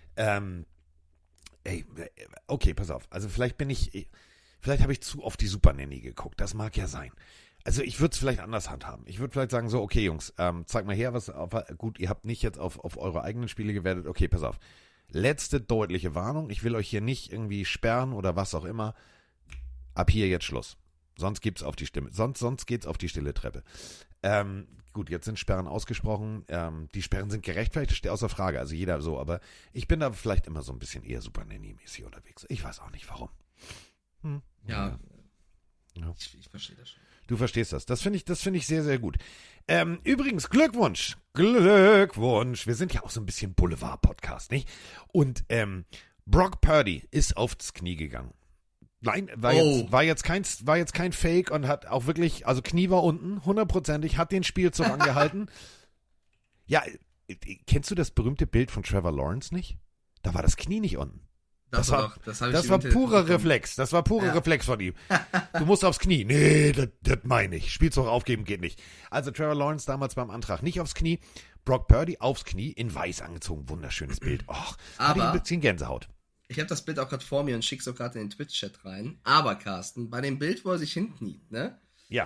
okay, pass auf. Also vielleicht habe ich zu oft die Super Nanny geguckt. Das mag ja sein. Also ich würde es vielleicht anders handhaben. Ich würde vielleicht sagen so, okay Jungs, zeig mal her, gut, ihr habt nicht jetzt auf eure eigenen Spiele gewertet. Okay, pass auf. Letzte deutliche Warnung. Ich will euch hier nicht irgendwie sperren oder was auch immer. Ab hier jetzt Schluss. Sonst geht's auf die stille Treppe. Gut, jetzt sind Sperren ausgesprochen. Die Sperren sind gerechtfertigt, steht außer Frage. Also jeder so, aber ich bin da vielleicht immer so ein bisschen eher Super Nanny-mäßig unterwegs. Ich weiß auch nicht warum. Ja. Ich verstehe das schon. Du verstehst das. Das finde ich sehr, sehr gut. Übrigens, Glückwunsch. Wir sind ja auch so ein bisschen Boulevard-Podcast, nicht? Und Brock Purdy ist aufs Knie gegangen. Nein, war jetzt kein Fake und hat auch wirklich, also Knie war unten, 100%, hat den Spielzug angehalten. Ja, kennst du das berühmte Bild von Trevor Lawrence nicht? Da war das Knie nicht unten. Das war purer Reflex. Das war purer Reflex von ihm. Du musst aufs Knie. Nee, das meine ich. Spielzug aufgeben geht nicht. Also Trevor Lawrence damals beim Antrag nicht aufs Knie. Brock Purdy aufs Knie, in weiß angezogen. Wunderschönes Bild. Och, hatte ich ein bisschen Gänsehaut. Ich habe das Bild auch gerade vor mir und schicke so gerade in den Twitch-Chat rein. Aber, Carsten, bei dem Bild, wo er sich hinkniet, ne? Ja.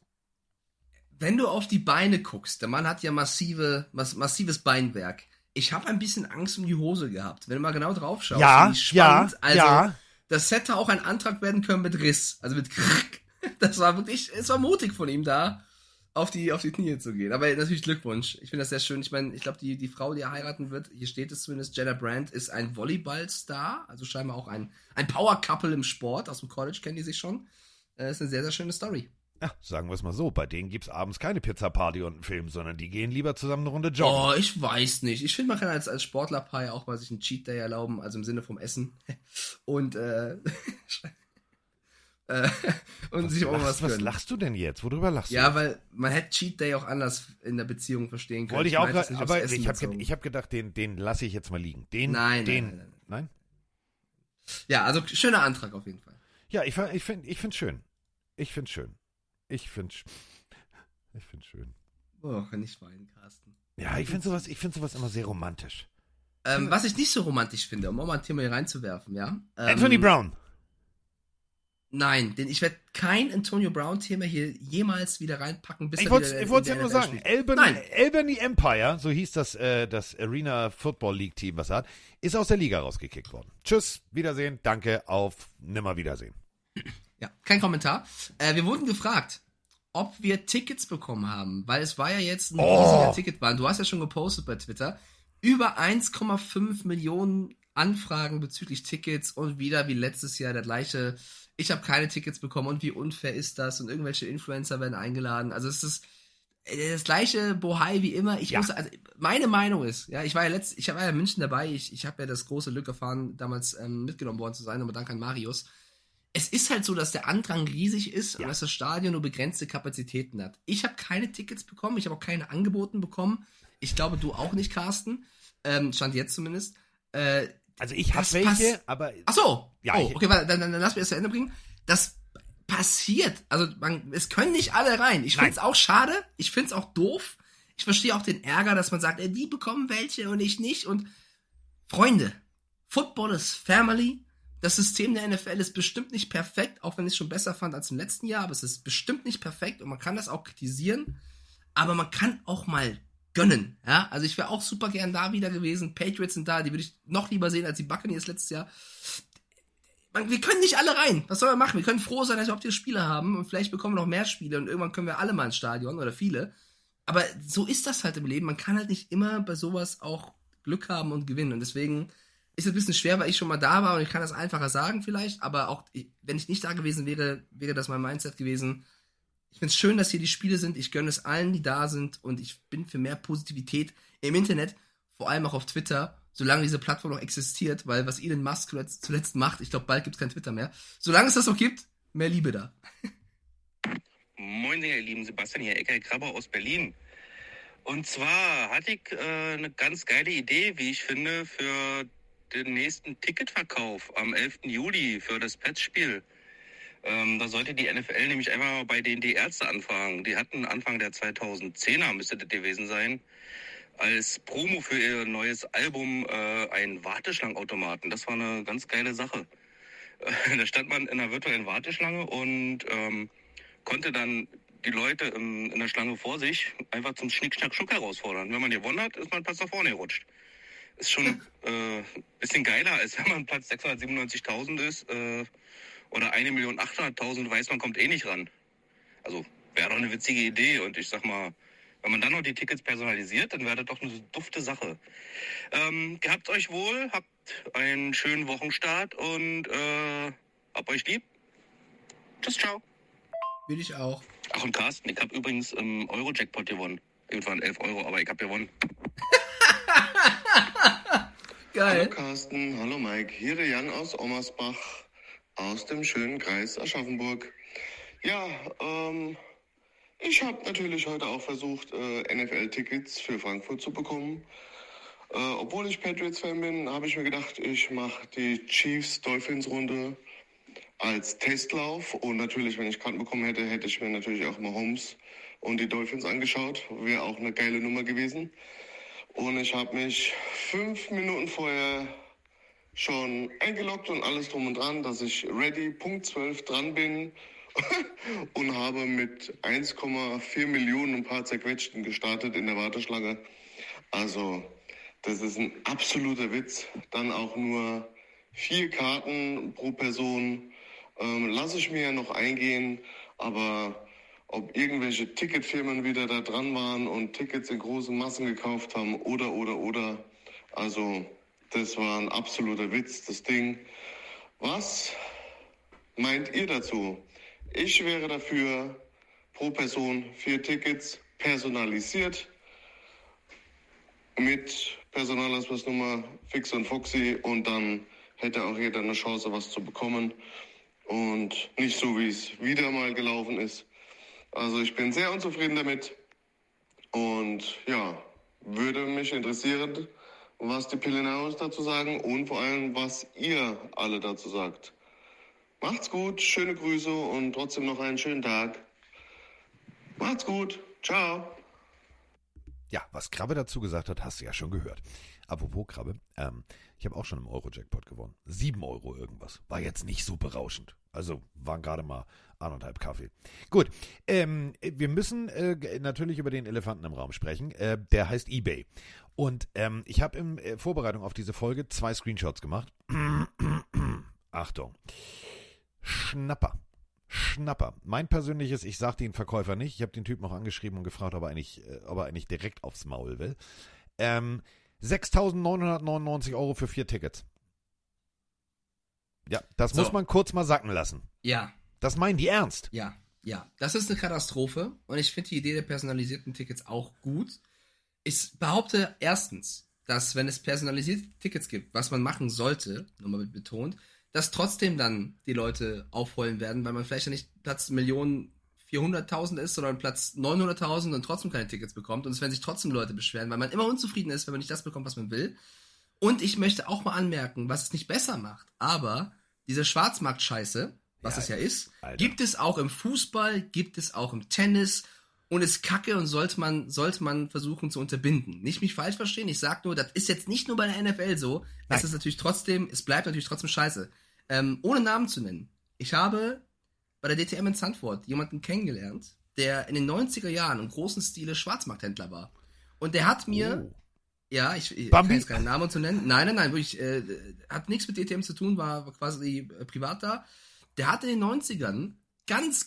Wenn du auf die Beine guckst, der Mann hat ja massives Beinwerk. Ich habe ein bisschen Angst um die Hose gehabt. Wenn du mal genau drauf schaust, wie spannend. Das hätte auch ein Antrag werden können mit Riss. Also mit Krrk. Das war wirklich, es war mutig von ihm da, auf die Knie zu gehen. Aber natürlich Glückwunsch. Ich finde das sehr schön. Ich meine, ich glaube, die Frau, die er heiraten wird, hier steht es zumindest, Jenna Brandt, ist ein Volleyball-Star. Also scheinbar auch ein Power-Couple im Sport. Aus dem College kennen die sich schon. Ist eine sehr, sehr schöne Story. Ja, sagen wir es mal so, bei denen gibt es abends keine Pizza-Party und einen Film, sondern die gehen lieber zusammen eine Runde joggen. Oh, ich weiß nicht. Ich finde, man kann als Sportler-Pai auch mal sich einen Cheat Day erlauben, also im Sinne vom Essen. Und, und sich auch mal was gönnen. Was lachst du denn jetzt? Worüber lachst du? Ja, weil man hätte Cheat Day auch anders in der Beziehung verstehen können. Wollte ich auch, aber ich habe gedacht, den lasse ich jetzt mal liegen. Nein? Ja, also schöner Antrag auf jeden Fall. Ja, ich find's schön. Ich find's schön. Oh, kann ich weinen, Carsten. Ja, ich find sowas immer sehr romantisch. Was ich nicht so romantisch finde, um auch mal ein Thema hier reinzuwerfen, ja? Anthony Brown. Nein, denn ich werde kein Antonio Brown-Thema hier jemals wieder reinpacken, bis ich wollte es ja nur sagen. Albany Empire, so hieß das Arena Football League Team, was er hat, ist aus der Liga rausgekickt worden. Tschüss, Wiedersehen, danke, auf Nimmerwiedersehen. Ja, kein Kommentar. Wir wurden gefragt, ob wir Tickets bekommen haben, weil es war ja jetzt ein riesiger Ticketwahn. Du hast ja schon gepostet bei Twitter. über 1,5 Millionen Anfragen bezüglich Tickets und wieder wie letztes Jahr der gleiche, ich habe keine Tickets bekommen und wie unfair ist das und irgendwelche Influencer werden eingeladen. Also es ist das gleiche Bohai wie immer. Also meine Meinung ist, ja, ich war ja in München dabei, ich habe ja das große Glück erfahren, damals mitgenommen worden zu sein, aber dank an Marius. Es ist halt so, dass der Andrang riesig ist und dass das Stadion nur begrenzte Kapazitäten hat. Ich habe keine Tickets bekommen, ich habe auch keine angeboten bekommen. Ich glaube, du auch nicht, Carsten. Stand jetzt zumindest. Also ich habe welche, aber... Ach so. Ja, okay, dann lass mich das zu Ende bringen. Das passiert. Also es können nicht alle rein. Ich finde es auch schade. Ich finde es auch doof. Ich verstehe auch den Ärger, dass man sagt, die bekommen welche und ich nicht. Und Freunde, Football ist Family. Das System der NFL ist bestimmt nicht perfekt, auch wenn ich es schon besser fand als im letzten Jahr. Aber es ist bestimmt nicht perfekt und man kann das auch kritisieren. Aber man kann auch mal gönnen. Ja? Also ich wäre auch super gern da wieder gewesen. Patriots sind da, die würde ich noch lieber sehen als die Buccaneers letztes Jahr. Wir können nicht alle rein. Was soll man machen? Wir können froh sein, dass wir überhaupt diese Spiele haben und vielleicht bekommen wir noch mehr Spiele und irgendwann können wir alle mal ins Stadion oder viele. Aber so ist das halt im Leben. Man kann halt nicht immer bei sowas auch Glück haben und gewinnen. Und deswegen ist es ein bisschen schwer, weil ich schon mal da war und ich kann das einfacher sagen vielleicht. Aber auch, wenn ich nicht da gewesen wäre, wäre das mein Mindset gewesen. Ich finde es schön, dass hier die Spiele sind. Ich gönne es allen, die da sind. Und ich bin für mehr Positivität im Internet, vor allem auch auf Twitter, solange diese Plattform noch existiert, weil was Elon Musk zuletzt macht, ich glaube, bald gibt es kein Twitter mehr. Solange es das noch gibt, mehr Liebe da. Moin, ihr lieben Sebastian, hier Eckhard Krabber aus Berlin. Und zwar hatte ich eine ganz geile Idee, wie ich finde, für den nächsten Ticketverkauf am 11. Juli für das Pets-Spiel. Da sollte die NFL nämlich einfach mal bei denen die Ärzte anfragen. Die hatten Anfang der 2010er, müsste das gewesen sein, als Promo für ihr neues Album einen Warteschlangenautomaten. Das war eine ganz geile Sache. Da stand man in einer virtuellen Warteschlange und konnte dann die Leute in der Schlange vor sich einfach zum Schnick, Schnack, Schnuck herausfordern. Wenn man gewonnen hat, ist man Platz nach vorne gerutscht. Ist schon bisschen geiler, als wenn man Platz 697.000 ist oder 1.800.000 weiß, man kommt eh nicht ran. Also wäre doch eine witzige Idee und ich sag mal, wenn man dann noch die Tickets personalisiert, dann wäre das doch eine dufte Sache. Gehabt euch wohl, habt einen schönen Wochenstart und habt euch lieb. Tschüss, ciao. Will ich auch. Ach und Carsten, ich habe übrigens im Euro-Jackpot gewonnen. Irgendwann 11 Euro, aber ich habe gewonnen. Geil. Hallo Carsten, hallo Mike, hier der Jan aus Ommersbach, aus dem schönen Kreis Aschaffenburg. Ja, ich habe natürlich heute auch versucht, NFL-Tickets für Frankfurt zu bekommen. Obwohl ich Patriots-Fan bin, habe ich mir gedacht, ich mache die Chiefs-Dolphins-Runde als Testlauf. Und natürlich, wenn ich Karten bekommen hätte, hätte ich mir natürlich auch Mahomes und die Dolphins angeschaut. Wäre auch eine geile Nummer gewesen. Und ich habe mich 5 Minuten vorher schon eingeloggt und alles drum und dran, dass ich ready, Punkt 12 dran bin und habe mit 1,4 Millionen ein paar zerquetschten gestartet in der Warteschlange. Also das ist ein absoluter Witz. Dann auch nur 4 Karten pro Person. Lasse ich mir ja noch eingehen, aber ob irgendwelche Ticketfirmen wieder da dran waren und Tickets in großen Massen gekauft haben oder. Also das war ein absoluter Witz, das Ding. Was meint ihr dazu? Ich wäre dafür pro Person 4 Tickets personalisiert mit Personalausweisnummer fix und foxy und dann hätte auch jeder eine Chance, was zu bekommen und nicht so, wie es wieder mal gelaufen ist. Also ich bin sehr unzufrieden damit und ja, würde mich interessieren, was die Pillenaus dazu sagen und vor allem, was ihr alle dazu sagt. Macht's gut, schöne Grüße und trotzdem noch einen schönen Tag. Macht's gut, ciao. Ja, was Krabbe dazu gesagt hat, hast du ja schon gehört. Apropos Krabbe, ich habe auch schon im Euro-Jackpot gewonnen. 7 Euro irgendwas. War jetzt nicht so berauschend. Also waren gerade mal 1,5 Kaffee. Gut, wir müssen natürlich über den Elefanten im Raum sprechen. Der heißt eBay. Und ich habe in Vorbereitung auf diese Folge 2 Screenshots gemacht. Achtung. Schnapper. Mein persönliches, ich sagte den Verkäufer nicht. Ich habe den Typen auch angeschrieben und gefragt, ob er eigentlich direkt aufs Maul will. 6.999 Euro für 4 Tickets. Ja, das So. muss man kurz mal sacken lassen. Ja, Das meinen die ernst. ja. Das ist eine Katastrophe und ich finde die Idee der personalisierten Tickets auch gut. Ich behaupte erstens, dass wenn es personalisierte Tickets gibt, was man machen sollte, nochmal betont, dass trotzdem dann die Leute aufheulen werden, weil man vielleicht ja nicht Platz 1.400.000 ist, sondern Platz 900.000 und trotzdem keine Tickets bekommt und es werden sich trotzdem Leute beschweren, weil man immer unzufrieden ist, wenn man nicht das bekommt, was man will. Und ich möchte auch mal anmerken, was es nicht besser macht, aber diese Schwarzmarkt-Scheiße, was es ja ist, Alter. gibt es auch im Fußball, gibt es auch im Tennis und ist kacke und sollte man versuchen zu unterbinden. Nicht mich falsch verstehen, ich sag nur, das ist jetzt nicht nur bei der NFL so, es bleibt natürlich trotzdem scheiße. Ohne Namen zu nennen, ich habe bei der DTM in Zandvoort jemanden kennengelernt, der in den 90er Jahren im großen Stile Schwarzmarkthändler war. Und der hat mir, ja, ich kann Bambi? jetzt keinen Namen zu nennen, nein, wirklich, hat nichts mit DTM zu tun, war quasi privat da. Der hat in den 90ern ganz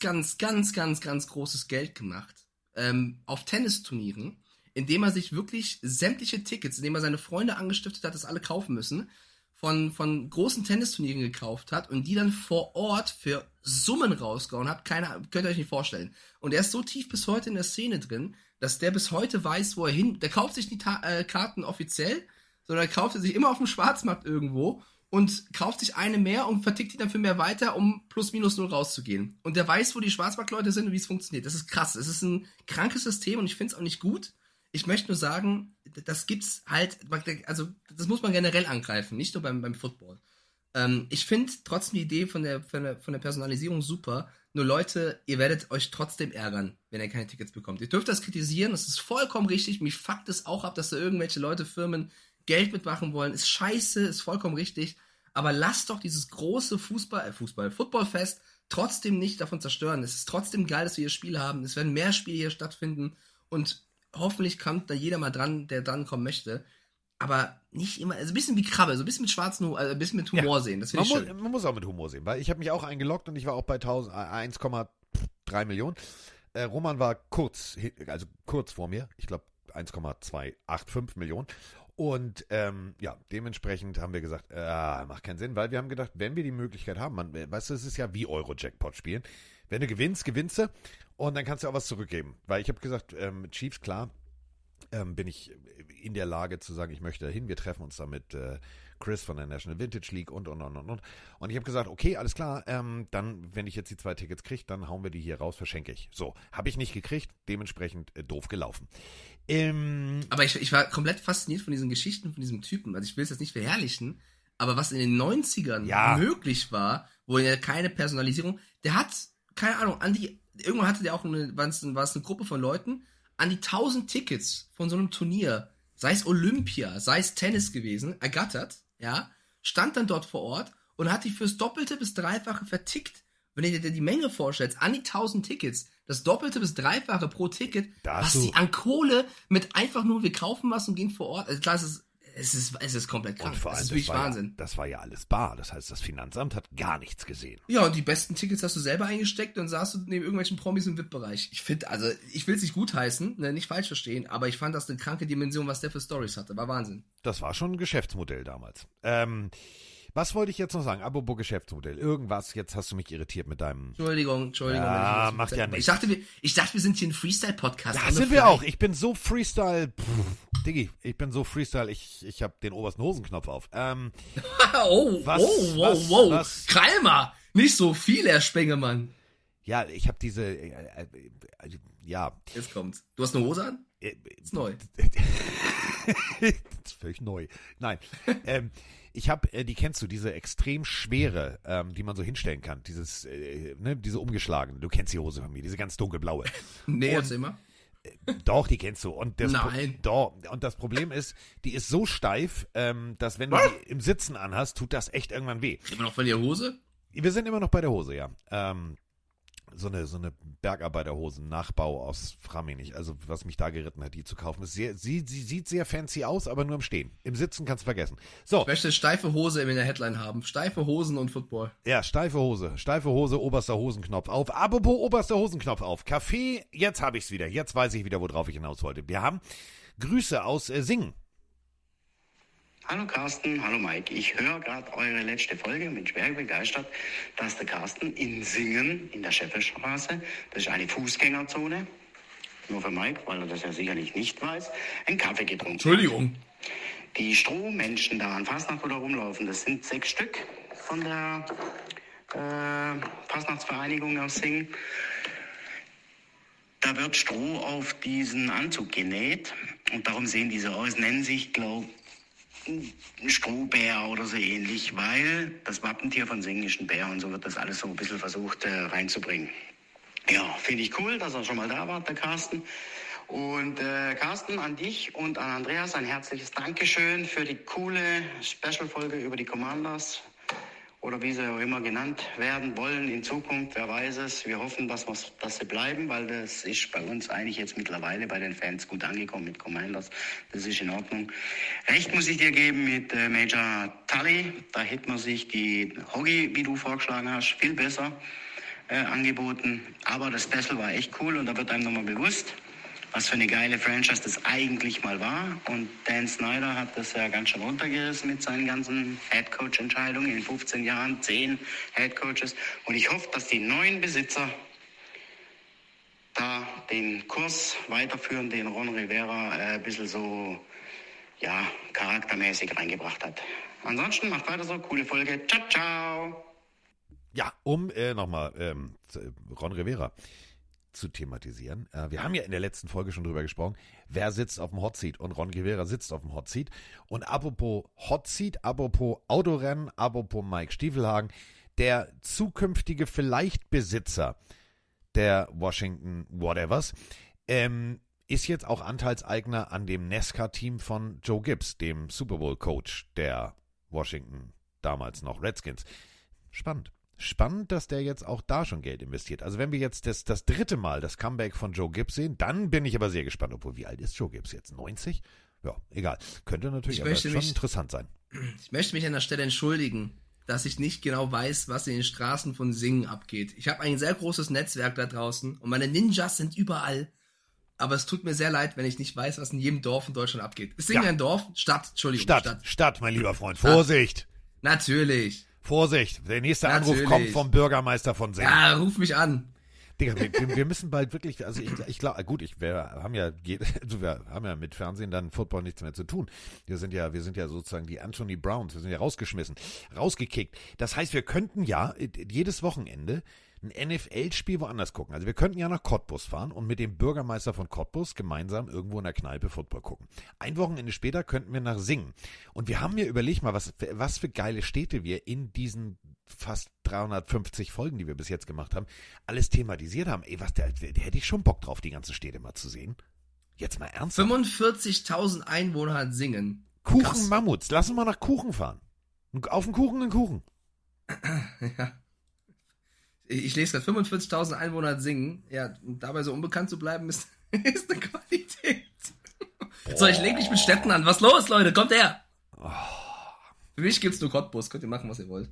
großes Geld gemacht auf Tennisturnieren, indem er sich wirklich sämtliche Tickets, indem er seine Freunde angestiftet hat, das alle kaufen müssen, von großen Tennisturnieren gekauft hat und die dann vor Ort für Summen rausgehauen hat. Könnt ihr euch nicht vorstellen. Und er ist so tief bis heute in der Szene drin, dass der bis heute weiß, wo er hin... Der kauft sich die Karten offiziell, sondern er kauft sie sich immer auf dem Schwarzmarkt irgendwo und kauft sich eine mehr und vertickt die dann für mehr weiter, um plus minus null rauszugehen. Und der weiß, wo die Schwarzmarktleute sind und wie es funktioniert. Das ist krass. Es ist ein krankes System und ich finde es auch nicht gut. Ich möchte nur sagen, das gibt's halt, also das muss man generell angreifen, nicht nur beim Football. Ich finde trotzdem die Idee von der Personalisierung super. Nur Leute, ihr werdet euch trotzdem ärgern, wenn ihr keine Tickets bekommt. Ihr dürft das kritisieren, das ist vollkommen richtig. Mich fuckt es auch ab, dass da irgendwelche Leute, Firmen Geld mitmachen wollen. Ist scheiße, ist vollkommen richtig. Aber lasst doch dieses große Footballfest trotzdem nicht davon zerstören. Es ist trotzdem geil, dass wir hier Spiele haben. Es werden mehr Spiele hier stattfinden und hoffentlich kommt da jeder mal dran, der dran kommen möchte. Aber nicht immer, also ein bisschen wie Krabbe, so ein bisschen mit ein bisschen mit Humor sehen. Das finde ich schön. Man muss auch mit Humor sehen, weil ich habe mich auch eingeloggt und ich war auch bei 1,3 Millionen. Roman war kurz vor mir, ich glaube 1,285 Millionen. Und dementsprechend haben wir gesagt, macht keinen Sinn, weil wir haben gedacht, wenn wir die Möglichkeit haben, weißt du, es ist ja wie Euro-Jackpot spielen. Wenn du gewinnst du und dann kannst du auch was zurückgeben. Weil ich habe gesagt, mit Chiefs, klar, bin ich in der Lage zu sagen, ich möchte dahin, wir treffen uns da mit Chris von der National Vintage League und. Und ich habe gesagt, okay, alles klar, dann, wenn ich jetzt die 2 Tickets kriege, dann hauen wir die hier raus, verschenke ich. So, habe ich nicht gekriegt, dementsprechend doof gelaufen. Aber ich war komplett fasziniert von diesen Geschichten, von diesem Typen. Also ich will es jetzt nicht verherrlichen, aber was in den 90ern möglich war, wo ja keine Personalisierung, der hat, keine Ahnung, irgendwann hatte der auch war es eine Gruppe von Leuten, an die 1000 Tickets von so einem Turnier, sei es Olympia, sei es Tennis gewesen, ergattert, ja, stand dann dort vor Ort und hat die fürs Doppelte bis Dreifache vertickt. Wenn du dir die Menge vorstellst, an die 1000 Tickets, das Doppelte bis Dreifache pro Ticket, was sie an Kohle mit einfach nur, wir kaufen was und gehen vor Ort, also klar, es ist komplett krank. Und vor allem, das ist wirklich Wahnsinn. Das war ja alles bar. Das heißt, das Finanzamt hat gar nichts gesehen. Ja, und die besten Tickets hast du selber eingesteckt und saßt du neben irgendwelchen Promis im VIP-Bereich. Ich finde, also, ich will es nicht gutheißen, ne, nicht falsch verstehen, aber ich fand das eine kranke Dimension, was der für Stories hatte. War Wahnsinn. Das war schon ein Geschäftsmodell damals. Was wollte ich jetzt noch sagen? Apropos Geschäftsmodell. Irgendwas, jetzt hast du mich irritiert mit deinem... Entschuldigung. Ja, macht ja nichts. Ich dachte, wir sind hier ein Freestyle-Podcast. Ja, sind wir auch. Ich bin so Freestyle... Diggi, ich bin so Freestyle, ich habe den obersten Hosenknopf auf. Wow. Kralmer! Nicht so viel, Herr Spengemann. Ja, ich habe diese... ja. Jetzt kommt's. Du hast eine Hose an? Ist neu. Das ist völlig neu. Nein. Ich habe, die kennst du, diese extrem schwere, die man so hinstellen kann. Diese umgeschlagene. Du kennst die Hose von mir, diese ganz dunkelblaue. Nee, erzähl mal. Doch, die kennst du. Und Nein. Und das Problem ist, die ist so steif, dass wenn du die im Sitzen anhast, tut das echt irgendwann weh. Immer noch von der Hose? Wir sind immer noch bei der Hose, ja. So eine Bergarbeiterhosen, Nachbau aus Framing, also was mich da geritten hat, die zu kaufen. Sie sieht sehr fancy aus, aber nur im Stehen. Im Sitzen kannst du vergessen. So. Ich möchte steife Hose in der Headline haben. Steife Hosen und Football. Ja, steife Hose, oberster Hosenknopf auf. Apropos oberster Hosenknopf auf. Kaffee, jetzt habe ich es wieder. Jetzt weiß ich wieder, worauf ich hinaus wollte. Wir haben Grüße aus Singen. Hallo Carsten, hallo Mike. Ich höre gerade eure letzte Folge und bin schwer begeistert, dass der Carsten in Singen, in der Scheffelstraße, das ist eine Fußgängerzone, nur für Mike, weil er das ja sicherlich nicht weiß, einen Kaffee getrunken. Entschuldigung. Die Strohmenschen da an Fastnacht, wo da rumlaufen, das sind 6 Stück von der Fastnachtsvereinigung aus Singen. Da wird Stroh auf diesen Anzug genäht und darum sehen diese aus, nennen sich, glaube ich, Strohbär oder so ähnlich, weil das Wappentier von Singen ist ein Bär und so wird das alles so ein bisschen versucht reinzubringen. Ja, finde ich cool, dass er schon mal da war, der Carsten. Und Carsten, an dich und an Andreas ein herzliches Dankeschön für die coole Special-Folge über die Commanders oder wie sie auch immer genannt werden wollen in Zukunft, wer weiß es. Wir hoffen, dass sie bleiben, weil das ist bei uns eigentlich jetzt mittlerweile bei den Fans gut angekommen mit Commanders. Das ist in Ordnung. Recht muss ich dir geben mit Major Tully. Da hätte man sich die Hoggy, wie du vorgeschlagen hast, viel besser angeboten. Aber das Special war echt cool und da wird einem nochmal bewusst, was für eine geile Franchise das eigentlich mal war. Und Dan Snyder hat das ja ganz schön runtergerissen mit seinen ganzen Headcoach-Entscheidungen in 15 Jahren, 10 Headcoaches. Und ich hoffe, dass die neuen Besitzer da den Kurs weiterführen, den Ron Rivera ein bisschen so, ja, charaktermäßig reingebracht hat. Ansonsten macht weiter so, coole Folge. Ciao, ciao. Ja, nochmal Ron Rivera zu thematisieren. Wir haben ja in der letzten Folge schon drüber gesprochen, wer sitzt auf dem Hotseat, und Ron Rivera sitzt auf dem Hotseat. Und apropos Hotseat, apropos Autorennen, apropos Mike Stiefelhagen, der zukünftige vielleicht Besitzer der Washington Whatevers, ist jetzt auch Anteilseigner an dem NASCAR-Team von Joe Gibbs, dem Super Bowl-Coach der Washington, damals noch Redskins. Spannend, dass der jetzt auch da schon Geld investiert. Also wenn wir jetzt das dritte Mal das Comeback von Joe Gibbs sehen, dann bin ich aber sehr gespannt. Obwohl, wie alt ist Joe Gibbs jetzt? 90? Ja, egal. Könnte natürlich aber schon interessant sein. Ich möchte mich an der Stelle entschuldigen, dass ich nicht genau weiß, was in den Straßen von Singen abgeht. Ich habe ein sehr großes Netzwerk da draußen und meine Ninjas sind überall. Aber es tut mir sehr leid, wenn ich nicht weiß, was in jedem Dorf in Deutschland abgeht. Ist Singen ein Dorf? Stadt, Entschuldigung. Stadt, mein lieber Freund. Vorsicht! Natürlich. Vorsicht, der nächste Anruf kommt vom Bürgermeister von Singen. Ja, ruf mich an. Digga, wir müssen bald wirklich, also ich glaube, gut, wir haben ja mit Fernsehen dann Football nichts mehr zu tun. Wir sind ja sozusagen die Anthony Browns, wir sind ja rausgekickt. Das heißt, wir könnten ja jedes Wochenende ein NFL-Spiel woanders gucken. Also wir könnten ja nach Cottbus fahren und mit dem Bürgermeister von Cottbus gemeinsam irgendwo in der Kneipe Football gucken. Ein Wochenende später könnten wir nach Singen. Und wir haben mir überlegt mal, was für geile Städte wir in diesen fast 350 Folgen, die wir bis jetzt gemacht haben, alles thematisiert haben. Ey, da hätte ich schon Bock drauf, die ganzen Städte mal zu sehen. Jetzt mal ernsthaft. 45.000 Einwohner hat Singen. Kuchen-Mammuts. Lass uns mal nach Kuchen fahren. Auf den Kuchen einen Kuchen. Ja. Ich lese gerade, 45.000 Einwohner hat Singen. Ja, dabei so unbekannt zu bleiben, ist eine Qualität. So, ich lege mich mit Städten an. Was los, Leute? Kommt her! Oh. Für mich gibt's nur Cottbus. Könnt ihr machen, was ihr wollt.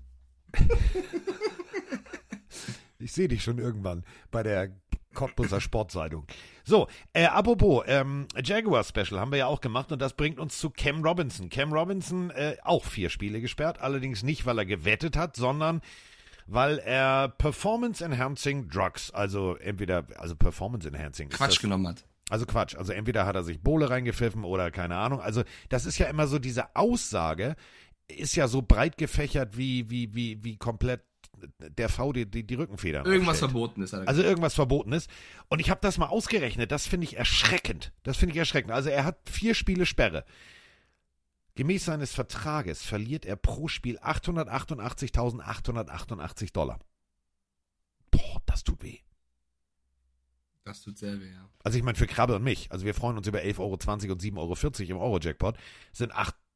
Ich sehe dich schon irgendwann bei der Cottbuser Sportzeitung. So, apropos, Jaguar-Special haben wir ja auch gemacht und das bringt uns zu Cam Robinson. Cam Robinson, auch 4 Spiele gesperrt, allerdings nicht, weil er gewettet hat, sondern weil er Performance-Enhancing Drugs, also Performance-Enhancing. Quatsch genommen hat. Also Quatsch, also entweder hat er sich Bowle reingepfiffen oder keine Ahnung. Also das ist ja immer so, diese Aussage ist ja so breit gefächert wie komplett der V die Rückenfedern Irgendwas aufstellt. verboten ist. Also irgendwas verboten ist. Und ich habe das mal ausgerechnet, das finde ich erschreckend. Also er hat 4 Spiele Sperre. Gemäß seines Vertrages verliert er pro Spiel $888.888. Boah, das tut weh. Das tut sehr weh, ja. Also ich meine, für Krabbe und mich, also wir freuen uns über 11,20 € und 7,40 € im Euro-Jackpot, sind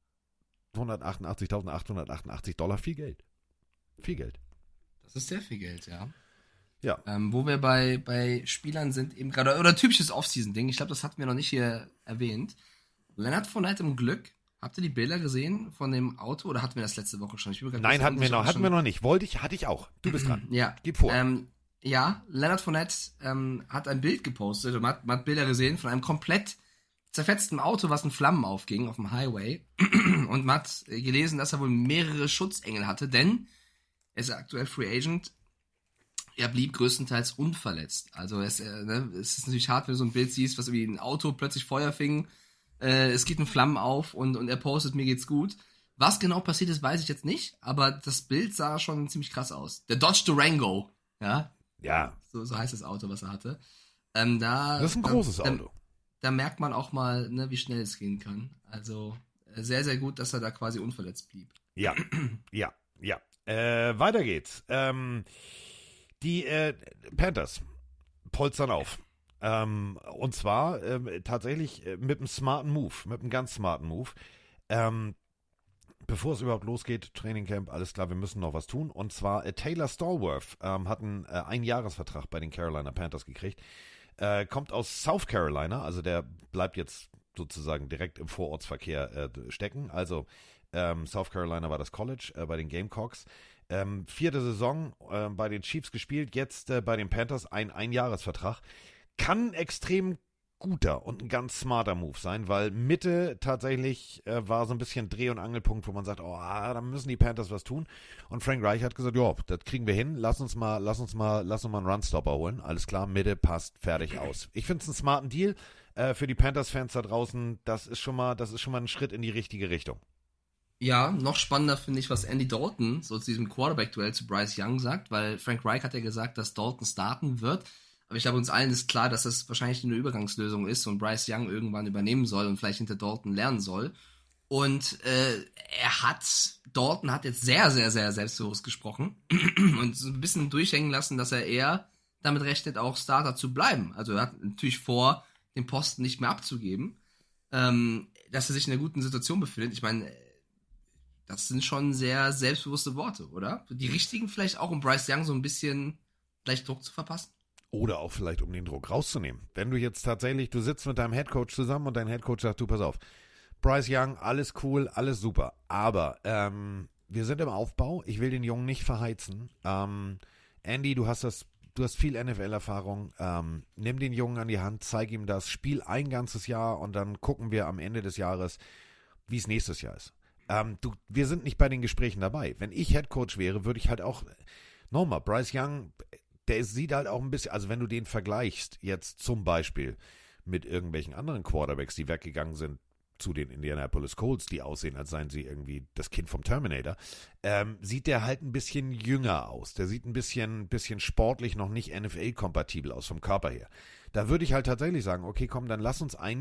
$888.888 viel Geld. Viel Geld. Das ist sehr viel Geld, ja. Ja. Wo wir bei Spielern sind, eben gerade, oder typisches Off-Season-Ding, ich glaube, das hatten wir noch nicht hier erwähnt. Leonard Fournette im Glück. Habt ihr die Bilder gesehen von dem Auto oder hatten wir das letzte Woche schon? Nein, hatten wir noch nicht. Hatte ich auch. Du bist dran. Ja. Gib vor. Ja, Leonard Fournette hat ein Bild gepostet und man hat Bilder gesehen von einem komplett zerfetztem Auto, was in Flammen aufging auf dem Highway. Und man hat gelesen, dass er wohl mehrere Schutzengel hatte, denn er ist aktuell Free Agent. Er blieb größtenteils unverletzt. Also es ist natürlich hart, wenn du so ein Bild siehst, was wie ein Auto plötzlich Feuer fing. Es geht in Flammen auf und er postet, mir geht's gut. Was genau passiert ist, weiß ich jetzt nicht, aber das Bild sah schon ziemlich krass aus. Der Dodge Durango, ja? Ja. So heißt das Auto, was er hatte. Das ist ein großes Auto. Da merkt man auch mal, ne, wie schnell es gehen kann. Also sehr, sehr gut, dass er da quasi unverletzt blieb. Ja. Weiter geht's. Die Panthers polstern auf. Und zwar tatsächlich mit einem smarten Move, mit einem ganz smarten Move. Bevor es überhaupt losgeht, Trainingcamp, alles klar, wir müssen noch was tun. Und zwar Taylor Stallworth hat einen Einjahresvertrag bei den Carolina Panthers gekriegt. Kommt aus South Carolina, also der bleibt jetzt sozusagen direkt im Vorortsverkehr stecken. Also South Carolina war das College bei den Gamecocks. 4. Saison bei den Chiefs gespielt, jetzt bei den Panthers ein Einjahresvertrag. Kann extrem guter und ein ganz smarter Move sein, weil Mitte tatsächlich war so ein bisschen Dreh- und Angelpunkt, wo man sagt, da müssen die Panthers was tun. Und Frank Reich hat gesagt, ja, das kriegen wir hin, lass uns mal einen Runstopper holen. Alles klar, Mitte passt, fertig aus. Ich finde es einen smarten Deal für die Panthers-Fans da draußen. Das ist schon mal ein Schritt in die richtige Richtung. Ja, noch spannender finde ich, was Andy Dalton so zu diesem Quarterback-Duell zu Bryce Young sagt, weil Frank Reich hat ja gesagt, dass Dalton starten wird. Aber ich glaube, uns allen ist klar, dass das wahrscheinlich eine Übergangslösung ist und Bryce Young irgendwann übernehmen soll und vielleicht hinter Dalton lernen soll. Und Dalton hat jetzt sehr, sehr, sehr selbstbewusst gesprochen und so ein bisschen durchhängen lassen, dass er eher damit rechnet, auch Starter zu bleiben. Also er hat natürlich vor, den Posten nicht mehr abzugeben, dass er sich in einer guten Situation befindet. Ich meine, das sind schon sehr selbstbewusste Worte, oder? Die richtigen vielleicht auch, um Bryce Young so ein bisschen vielleicht Druck zu verpassen? Oder auch vielleicht, um den Druck rauszunehmen. Wenn du jetzt tatsächlich, du sitzt mit deinem Headcoach zusammen und dein Headcoach sagt, du, pass auf, Bryce Young, alles cool, alles super, aber wir sind im Aufbau, ich will den Jungen nicht verheizen. Andy, du hast viel NFL-Erfahrung, nimm den Jungen an die Hand, zeig ihm das, spiel ein ganzes Jahr und dann gucken wir am Ende des Jahres, wie es nächstes Jahr ist. Wir sind nicht bei den Gesprächen dabei. Wenn ich Headcoach wäre, würde ich halt auch, nochmal, Bryce Young, der sieht halt auch ein bisschen, also wenn du den vergleichst, jetzt zum Beispiel mit irgendwelchen anderen Quarterbacks, die weggegangen sind zu den Indianapolis Colts, die aussehen, als seien sie irgendwie das Kind vom Terminator, sieht der halt ein bisschen jünger aus. Der sieht ein bisschen sportlich noch nicht NFL-kompatibel aus vom Körper her. Da würde ich halt tatsächlich sagen, okay, komm, dann lass uns ein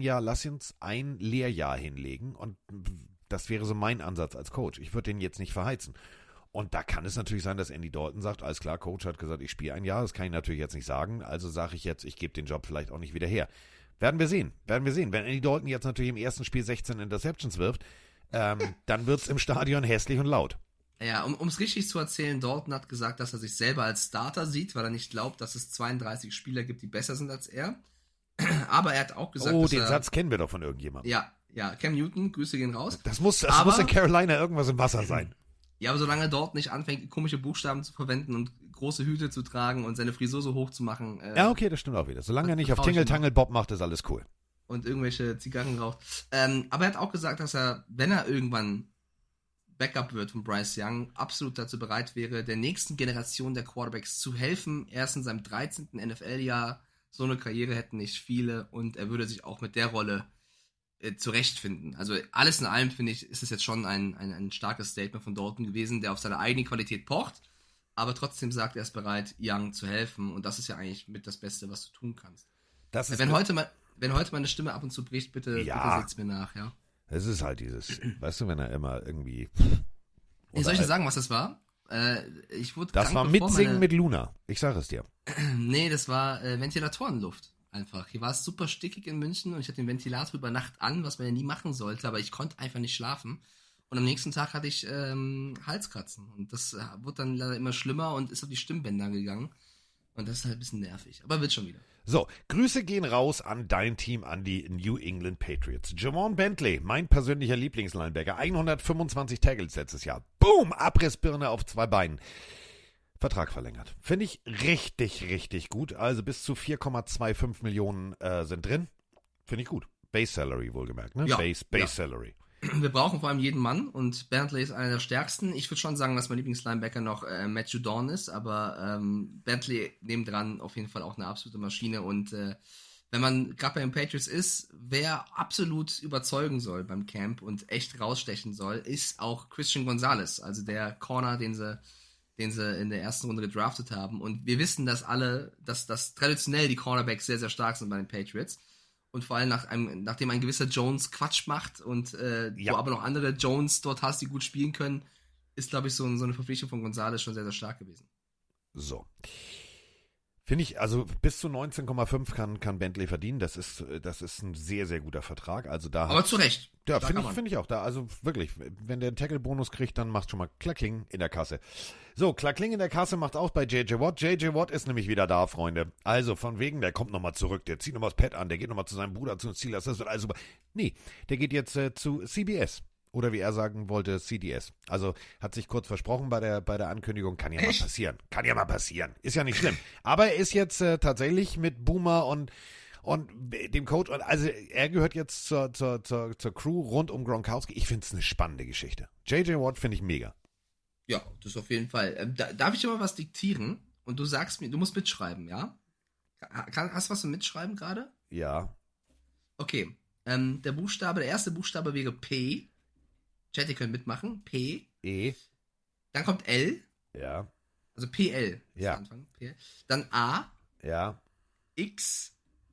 Lehrjahr hinlegen und das wäre so mein Ansatz als Coach. Ich würde den jetzt nicht verheizen. Und da kann es natürlich sein, dass Andy Dalton sagt, alles klar, Coach hat gesagt, ich spiele ein Jahr, das kann ich natürlich jetzt nicht sagen, also sage ich jetzt, ich gebe den Job vielleicht auch nicht wieder her. Werden wir sehen. Wenn Andy Dalton jetzt natürlich im ersten Spiel 16 Interceptions wirft, dann wird es im Stadion hässlich und laut. Ja, um es richtig zu erzählen, Dalton hat gesagt, dass er sich selber als Starter sieht, weil er nicht glaubt, dass es 32 Spieler gibt, die besser sind als er. Aber er hat auch gesagt, den Satz kennen wir doch von irgendjemandem. Ja, Cam Newton, Grüße gehen raus. Das muss in Carolina irgendwas im Wasser sein. Ja, aber solange Dalton nicht anfängt, komische Buchstaben zu verwenden und große Hüte zu tragen und seine Frisur so hoch zu machen. Ja, okay, das stimmt auch wieder. Solange er nicht auf Tingle-Tangle-Bob macht, ist alles cool. Und irgendwelche Zigarren raucht. Aber er hat auch gesagt, dass er, wenn er irgendwann Backup wird von Bryce Young, absolut dazu bereit wäre, der nächsten Generation der Quarterbacks zu helfen. Er ist in seinem 13. NFL-Jahr. So eine Karriere hätten nicht viele und er würde sich auch mit der Rolle zurechtfinden. Also alles in allem, finde ich, ist es jetzt schon ein starkes Statement von Dalton gewesen, der auf seine eigene Qualität pocht, aber trotzdem sagt, er ist bereit, Young zu helfen und das ist ja eigentlich mit das Beste, was du tun kannst. Wenn heute meine Stimme ab und zu bricht, bitte seht's mir nach, ja. Es ist halt dieses, weißt du, wenn er immer irgendwie... Soll ich dir sagen, was das war? Ich wurde das war Mitsingen mit Luna, ich sage es dir. Nee, das war Ventilatorenluft. Einfach. Hier war es super stickig in München und ich hatte den Ventilator über Nacht an, was man ja nie machen sollte, aber ich konnte einfach nicht schlafen. Und am nächsten Tag hatte ich Halskratzen. Und das wurde dann leider immer schlimmer und ist auf die Stimmbänder gegangen. Und das ist halt ein bisschen nervig. Aber wird schon wieder. So, Grüße gehen raus an dein Team, an die New England Patriots. Javon Bentley, mein persönlicher Lieblingslinebacker, 125 Tackles letztes Jahr. Boom, Abrissbirne auf 2 Beinen. Vertrag verlängert. Finde ich richtig, richtig gut. Also bis zu 4,25 Millionen sind drin. Finde ich gut. Base Salary wohlgemerkt, ne? Ja, Base ja. Salary. Wir brauchen vor allem jeden Mann und Bentley ist einer der stärksten. Ich würde schon sagen, dass mein Lieblingslinebacker noch Matthew Dawn ist, aber Bentley nebendran auf jeden Fall auch eine absolute Maschine und wenn man gerade bei den Patriots ist, wer absolut überzeugen soll beim Camp und echt rausstechen soll, ist auch Christian Gonzalez, also der Corner, den sie in der ersten Runde gedraftet haben. Und wir wissen, dass traditionell die Cornerbacks sehr, sehr stark sind bei den Patriots. Und vor allem nachdem ein gewisser Jones Quatsch macht und Ja. du aber noch andere Jones dort hast, die gut spielen können, ist, glaube ich, so eine Verpflichtung von Gonzalez schon sehr, sehr stark gewesen. So. Finde ich, also bis zu 19,5 kann Bentley verdienen. Das ist ein sehr, sehr guter Vertrag. Also da Aber zu Recht. ja, Da finde kann ich, man. find ich auch. Da, also wirklich, wenn der einen Tackle-Bonus kriegt, dann macht schon mal Klackling in der Kasse. So, Klackling in der Kasse macht auch bei J.J. Watt. J.J. Watt ist nämlich wieder da, Freunde. Also von wegen, der kommt nochmal zurück, der zieht nochmal das Pad an, der geht nochmal zu seinem Bruder, zu den Steelers, das wird alles super. Nee, der geht jetzt zu CBS. Oder wie er sagen wollte, CDS. Also hat sich kurz versprochen bei der Ankündigung. Kann ja mal passieren. Kann ja mal passieren. Ist ja nicht schlimm. Aber er ist jetzt tatsächlich mit Boomer und dem Coach. Und also er gehört jetzt zur Crew rund um Gronkowski. Ich finde es eine spannende Geschichte. J.J. Watt finde ich mega. Ja, das auf jeden Fall. Darf ich dir mal was diktieren? Und du sagst mir, du musst mitschreiben, ja? Hast du was zum Mitschreiben gerade? Ja. Okay. Der erste Buchstabe wäre P. Chat, ihr könnt mitmachen. P. E. Dann kommt L. Ja. Also PL. ist Ja. der Anfang. PL. Dann A. Ja. X.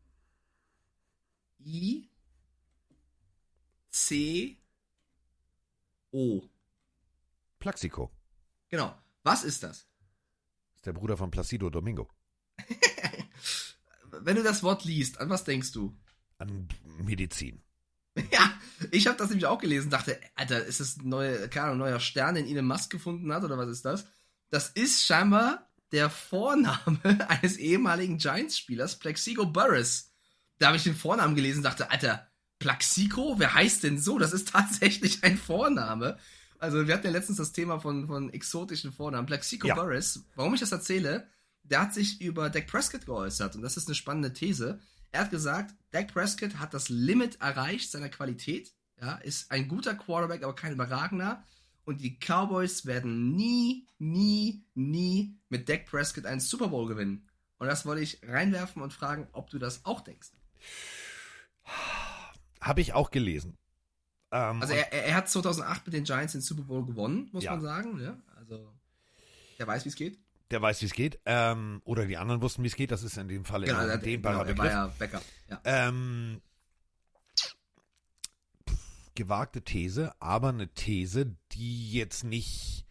I. C. O. Plaxico. Genau. Was ist das? Ist der Bruder von Placido Domingo. Wenn du das Wort liest, an was denkst du? An Medizin. Ja, ich habe das nämlich auch gelesen, dachte, Alter, ist das ein neuer Stern, den Elon Musk gefunden hat, oder was ist das? Das ist scheinbar der Vorname eines ehemaligen Giants-Spielers, Plaxico Burress. Da habe ich den Vornamen gelesen und dachte, Alter, Plaxico? Wer heißt denn so? Das ist tatsächlich ein Vorname. Also wir hatten ja letztens das Thema von exotischen Vornamen. Plaxico Ja. Burress, warum ich das erzähle, der hat sich über Dak Prescott geäußert und das ist eine spannende These. Er hat gesagt, Dak Prescott hat das Limit erreicht seiner Qualität, ja, ist ein guter Quarterback, aber kein überragender. Und die Cowboys werden nie mit Dak Prescott einen Super Bowl gewinnen. Und das wollte ich reinwerfen und fragen, ob du das auch denkst. Habe ich auch gelesen. Also er hat 2008 mit den Giants den Super Bowl gewonnen, muss Ja. man sagen. Ja? Also der weiß, wie es geht. Der weiß, wie es geht. Oder die anderen wussten, wie es geht. Das ist in dem Fall Genau, ein dehnbarer er war Begriff. ja Backup. Ja. Gewagte These, aber eine These, die jetzt nicht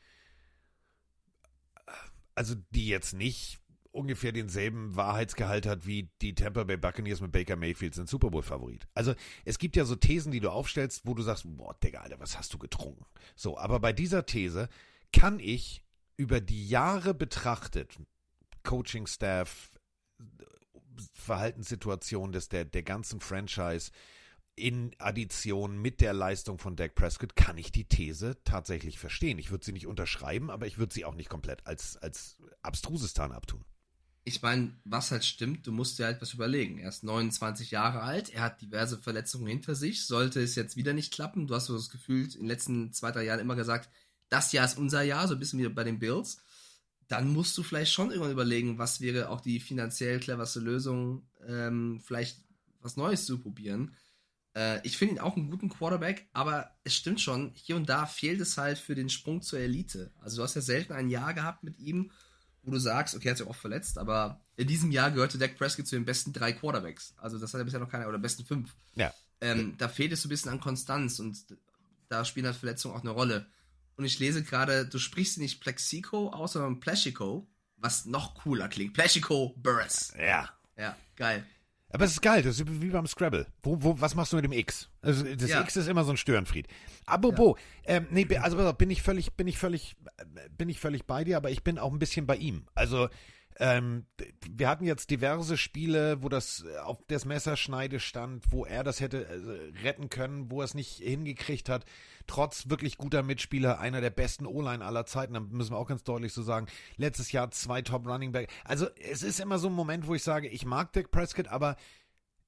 ungefähr denselben Wahrheitsgehalt hat wie die Tampa Bay Buccaneers mit Baker Mayfield sind Super Bowl Favorit. Also es gibt ja so Thesen, die du aufstellst, wo du sagst, boah, Digga, Alter, was hast du getrunken? So, aber bei dieser These kann ich über die Jahre betrachtet, Coaching-Staff, Verhaltenssituation der ganzen Franchise in Addition mit der Leistung von Dak Prescott, kann ich die These tatsächlich verstehen. Ich würde sie nicht unterschreiben, aber ich würde sie auch nicht komplett als Abstrusistan abtun. Ich meine, was halt stimmt, du musst dir halt was überlegen. Er ist 29 Jahre alt, er hat diverse Verletzungen hinter sich. Sollte es jetzt wieder nicht klappen, du hast so das Gefühl, in den letzten 2-3 Jahren immer gesagt, das Jahr ist unser Jahr, so ein bisschen wie bei den Bills. Dann musst du vielleicht schon irgendwann überlegen, was wäre auch die finanziell cleverste Lösung, vielleicht was Neues zu probieren. Ich finde ihn auch einen guten Quarterback, aber es stimmt schon, hier und da fehlt es halt für den Sprung zur Elite. Also du hast ja selten ein Jahr gehabt mit ihm, wo du sagst, okay, er hat sich auch verletzt, aber in diesem Jahr gehörte Dak Prescott zu den besten 3 Quarterbacks. Also das hat ja bisher noch keiner, oder besten 5. Ja. Da fehlt es so ein bisschen an Konstanz und da spielen halt Verletzungen auch eine Rolle. Und ich lese gerade, du sprichst nicht Plaxico aus, sondern Plaxico, was noch cooler klingt. Plaxico Burress. Ja. Ja, geil. Aber es ist geil, das ist wie beim Scrabble. Was machst du mit dem X? Also das Ja. X ist immer so ein Störenfried. Apropos, also pass auf, bin ich völlig bei dir, aber ich bin auch ein bisschen bei ihm. Also wir hatten jetzt diverse Spiele, wo das auf das Messerschneide stand, wo er das hätte retten können, wo er es nicht hingekriegt hat. Trotz wirklich guter Mitspieler, einer der besten O-Line aller Zeiten, da müssen wir auch ganz deutlich so sagen. Letztes Jahr 2 Top Running Back. Also es ist immer so ein Moment, wo ich sage, ich mag Dak Prescott, aber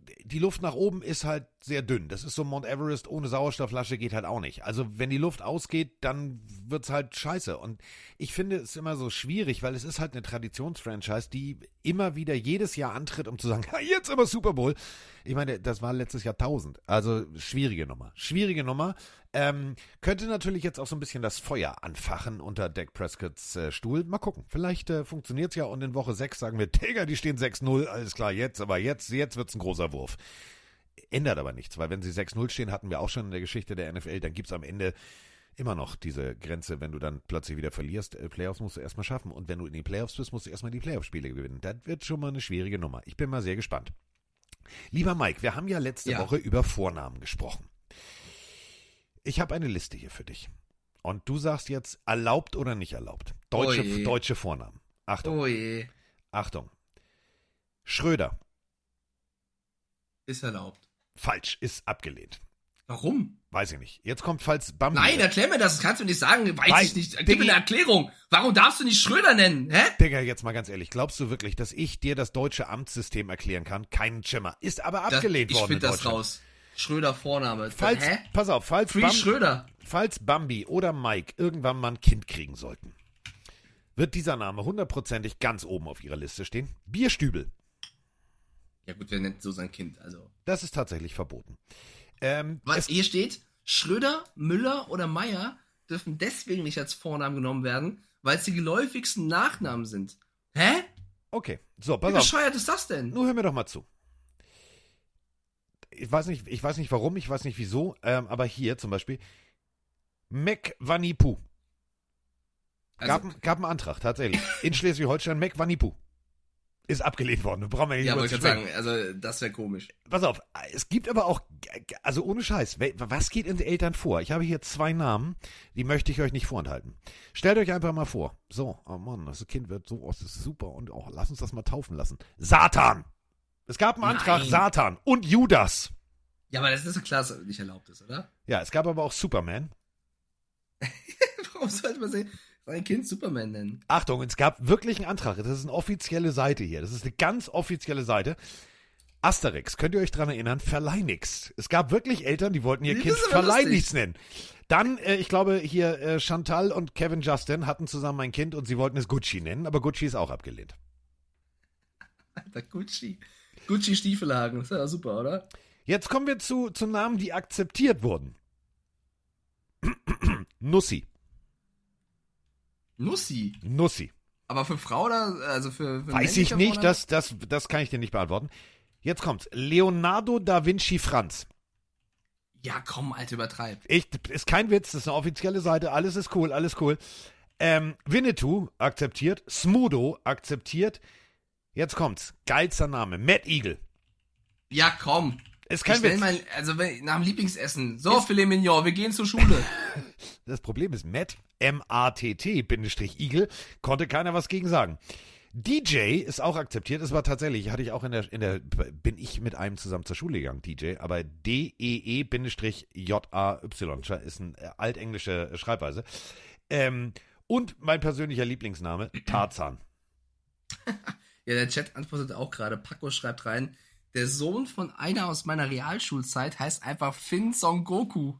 die Luft nach oben ist halt sehr dünn. Das ist so Mount Everest ohne Sauerstoffflasche geht halt auch nicht. Also wenn die Luft ausgeht, dann wird's halt scheiße. Und ich finde es immer so schwierig, weil es ist halt eine Traditionsfranchise, die immer wieder jedes Jahr antritt, um zu sagen, ja, jetzt immer Super Bowl. Ich meine, das war letztes Jahr 1000. Also schwierige Nummer. Könnte natürlich jetzt auch so ein bisschen das Feuer anfachen unter Dak Prescotts Stuhl. Mal gucken. Vielleicht funktioniert's ja und in Woche 6 sagen wir, Digga, die stehen 6-0. Alles klar, jetzt wird's ein großer Wurf. Ändert aber nichts, weil wenn sie 6-0 stehen, hatten wir auch schon in der Geschichte der NFL, dann gibt's am Ende immer noch diese Grenze, wenn du dann plötzlich wieder verlierst. Playoffs musst du erstmal schaffen und wenn du in die Playoffs bist, musst du erstmal die Playoff-Spiele gewinnen. Das wird schon mal eine schwierige Nummer. Ich bin mal sehr gespannt. Lieber Mike, wir haben ja letzte Woche über Vornamen gesprochen. Ich habe eine Liste hier für dich. Und du sagst jetzt, erlaubt oder nicht erlaubt. Deutsche Vornamen. Achtung. Oh je. Achtung. Schröder. Ist erlaubt. Falsch, ist abgelehnt. Warum? Weiß ich nicht. Jetzt kommt falls Bambi. Nein, erklär mir das. Das kannst du nicht sagen. Weiß ich nicht. Gib mir eine Erklärung. Warum darfst du nicht Schröder nennen? Hä? Digga, jetzt mal ganz ehrlich. Glaubst du wirklich, dass ich dir das deutsche Amtssystem erklären kann? Keinen Schimmer. Ist aber abgelehnt worden. Ich finde das raus. Schröder Vorname. Hä? Pass auf, Schröder. Falls Bambi oder Mike irgendwann mal ein Kind kriegen sollten, wird dieser Name hundertprozentig ganz oben auf ihrer Liste stehen. Bierstübel. Ja gut, wer nennt so sein Kind? Also. Das ist tatsächlich verboten. Was hier steht, Schröder, Müller oder Meier dürfen deswegen nicht als Vornamen genommen werden, weil es die geläufigsten Nachnamen sind. Hä? Okay, so, pass Wie auf. Wie bescheuert ist das denn? Nur hör mir doch mal zu. Ich weiß nicht warum, ich weiß nicht wieso, aber hier zum Beispiel Meckwanipu. Gab einen Antrag, tatsächlich. In Schleswig-Holstein, Meckwanipu. Ist abgelehnt worden. Brauchen wir nicht ja, wollte ich sagen, also das wäre komisch. Pass auf, es gibt aber auch, also ohne Scheiß, was geht in den Eltern vor? Ich habe hier 2 Namen, die möchte ich euch nicht vorenthalten. Stellt euch einfach mal vor. So, oh Mann, das Kind wird so, das ist super und lass uns das mal taufen lassen. Satan! Es gab einen Antrag, Satan und Judas. Ja, aber das ist so klar, dass das nicht erlaubt ist, oder? Ja, es gab aber auch Superman. Warum sollte man sein Kind Superman nennen? Achtung, es gab wirklich einen Antrag. Das ist eine offizielle Seite hier. Das ist eine ganz offizielle Seite. Asterix, könnt ihr euch dran erinnern? Verleinix. Es gab wirklich Eltern, die wollten ihr Kind Verleinix nennen. Dann, ich glaube, hier Chantal und Kevin Justin hatten zusammen ein Kind und sie wollten es Gucci nennen, aber Gucci ist auch abgelehnt. Alter, Gucci Stiefelhagen, das ist ja super, oder? Jetzt kommen wir zu Namen, die akzeptiert wurden. Nussi. Nussi. Aber für Frau oder also für weiß ich nicht, das kann ich dir nicht beantworten. Jetzt kommt's. Leonardo da Vinci Franz. Ja, komm, Alter, übertreib. Ist kein Witz, das ist eine offizielle Seite, alles ist cool. Winnetou akzeptiert, Smudo akzeptiert. Jetzt kommt's. Geilster Name, Mad Eagle. Ja, komm. Ist kein Witz. Nach dem Lieblingsessen. So, Filet Mignon, wir gehen zur Schule. Das Problem ist, Matt, M-A-T-T-Eagle, konnte keiner was gegen sagen. DJ ist auch akzeptiert. Es war tatsächlich, hatte ich auch bin ich mit einem zusammen zur Schule gegangen, DJ, aber D-E-E-J-A-Y ist eine altenglische Schreibweise. Und mein persönlicher Lieblingsname, Tarzan. Ja, der Chat antwortet auch gerade. Paco schreibt rein, der Sohn von einer aus meiner Realschulzeit heißt einfach Finn Son Goku.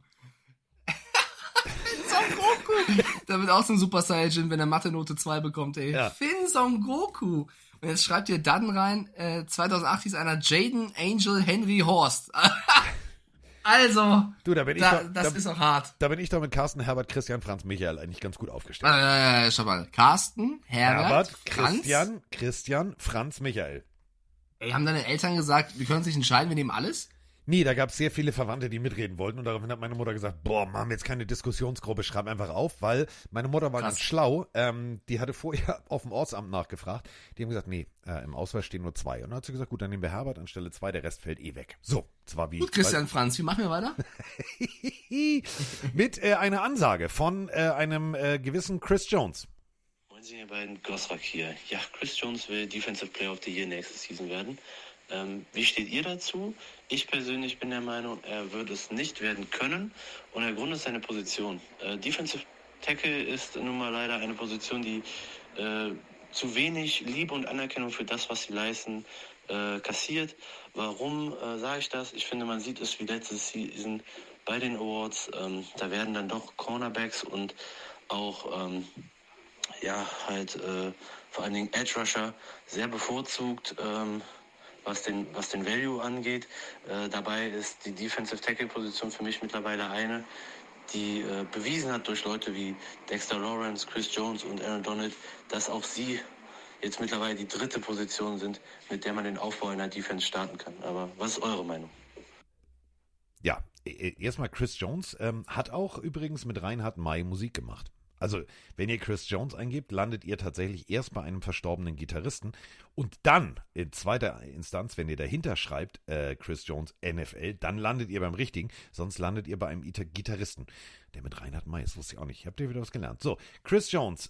Finn Son Goku! Da wird auch so ein Super Saiyajin, wenn er Mathe-Note 2 bekommt, ey. Ja. Finn Son Goku! Und jetzt schreibt ihr dann rein, 2008 hieß einer Jaden Angel Henry Horst. Also, du, das ist auch hart. Da bin ich doch mit Carsten, Herbert, Christian, Franz, Michael eigentlich ganz gut aufgestellt. Schau mal. Carsten, Herbert, Franz, Christian, Franz, Michael. Ey, haben deine Eltern gesagt, wir können sich entscheiden, wir nehmen alles? Nee, da gab es sehr viele Verwandte, die mitreden wollten und daraufhin hat meine Mutter gesagt, boah, machen wir jetzt keine Diskussionsgruppe, schreib einfach auf, weil meine Mutter war ganz schlau, die hatte vorher auf dem Ortsamt nachgefragt, die haben gesagt, nee, im Ausweis stehen nur 2 und dann hat sie gesagt, gut, dann nehmen wir Herbert anstelle 2, der Rest fällt weg. So, zwar wie... Gut, Christian Franz, wie machen wir weiter? Mit einer Ansage von einem gewissen Chris Jones. Moin, ihr beiden, Gosrak hier. Ja, Chris Jones will Defensive Player of the Year nächste Season werden. Wie steht ihr dazu? Ich persönlich bin der Meinung, er wird es nicht werden können. Und der Grund ist seine Position. Defensive Tackle ist nun mal leider eine Position, die zu wenig Liebe und Anerkennung für das, was sie leisten, kassiert. Warum sage ich das? Ich finde, man sieht es wie letzte Season bei den Awards. Da werden dann doch Cornerbacks und auch vor allen Dingen Edge Rusher sehr bevorzugt, was den Value angeht. Dabei ist die Defensive Tackle Position für mich mittlerweile eine, die bewiesen hat durch Leute wie Dexter Lawrence, Chris Jones und Aaron Donald, dass auch sie jetzt mittlerweile die dritte Position sind, mit der man den Aufbau einer Defense starten kann. Aber was ist eure Meinung? Ja, erstmal Chris Jones hat auch übrigens mit Reinhard May Musik gemacht. Also, wenn ihr Chris Jones eingebt, landet ihr tatsächlich erst bei einem verstorbenen Gitarristen und dann in zweiter Instanz, wenn ihr dahinter schreibt, Chris Jones NFL, dann landet ihr beim richtigen, sonst landet ihr bei einem Gitarristen. Der mit Reinhard May, das wusste ich auch nicht. Habt ihr wieder was gelernt? So, Chris Jones,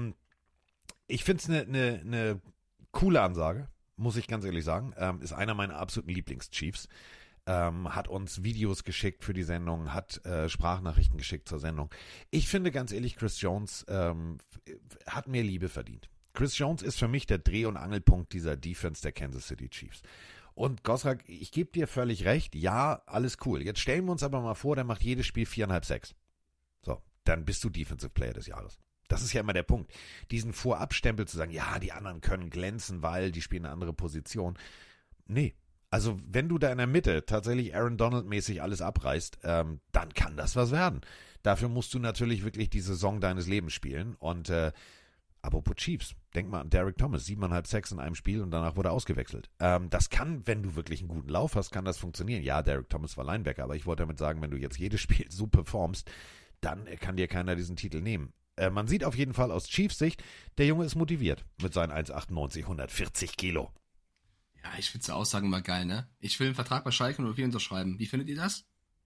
ich finde es eine coole Ansage, muss ich ganz ehrlich sagen. Ist einer meiner absoluten Lieblings-Chiefs. Hat uns Videos geschickt für die Sendung, hat Sprachnachrichten geschickt zur Sendung. Ich finde ganz ehrlich, Chris Jones hat mehr Liebe verdient. Chris Jones ist für mich der Dreh- und Angelpunkt dieser Defense der Kansas City Chiefs. Und Gosrak, ich gebe dir völlig recht, ja, alles cool. Jetzt stellen wir uns aber mal vor, der macht jedes Spiel 4,5 Sacks. So, dann bist du Defensive Player des Jahres. Das ist ja immer der Punkt. Diesen Vorabstempel zu sagen, ja, die anderen können glänzen, weil die spielen eine andere Position. Nee. Also wenn du da in der Mitte tatsächlich Aaron Donald-mäßig alles abreißt, dann kann das was werden. Dafür musst du natürlich wirklich die Saison deines Lebens spielen. Und apropos Chiefs, denk mal an Derek Thomas, 7,5 Sacks in einem Spiel und danach wurde er ausgewechselt. Das kann, wenn du wirklich einen guten Lauf hast, kann das funktionieren. Ja, Derek Thomas war Linebacker, aber ich wollte damit sagen, wenn du jetzt jedes Spiel so performst, dann kann dir keiner diesen Titel nehmen. Man sieht auf jeden Fall aus Chiefs Sicht, der Junge ist motiviert mit seinen 1,98, 140 Kilo. Ja, ich finde die Aussagen mal geil, ne? Ich will einen Vertrag bei Schalke 04 unterschreiben. Wie findet ihr das?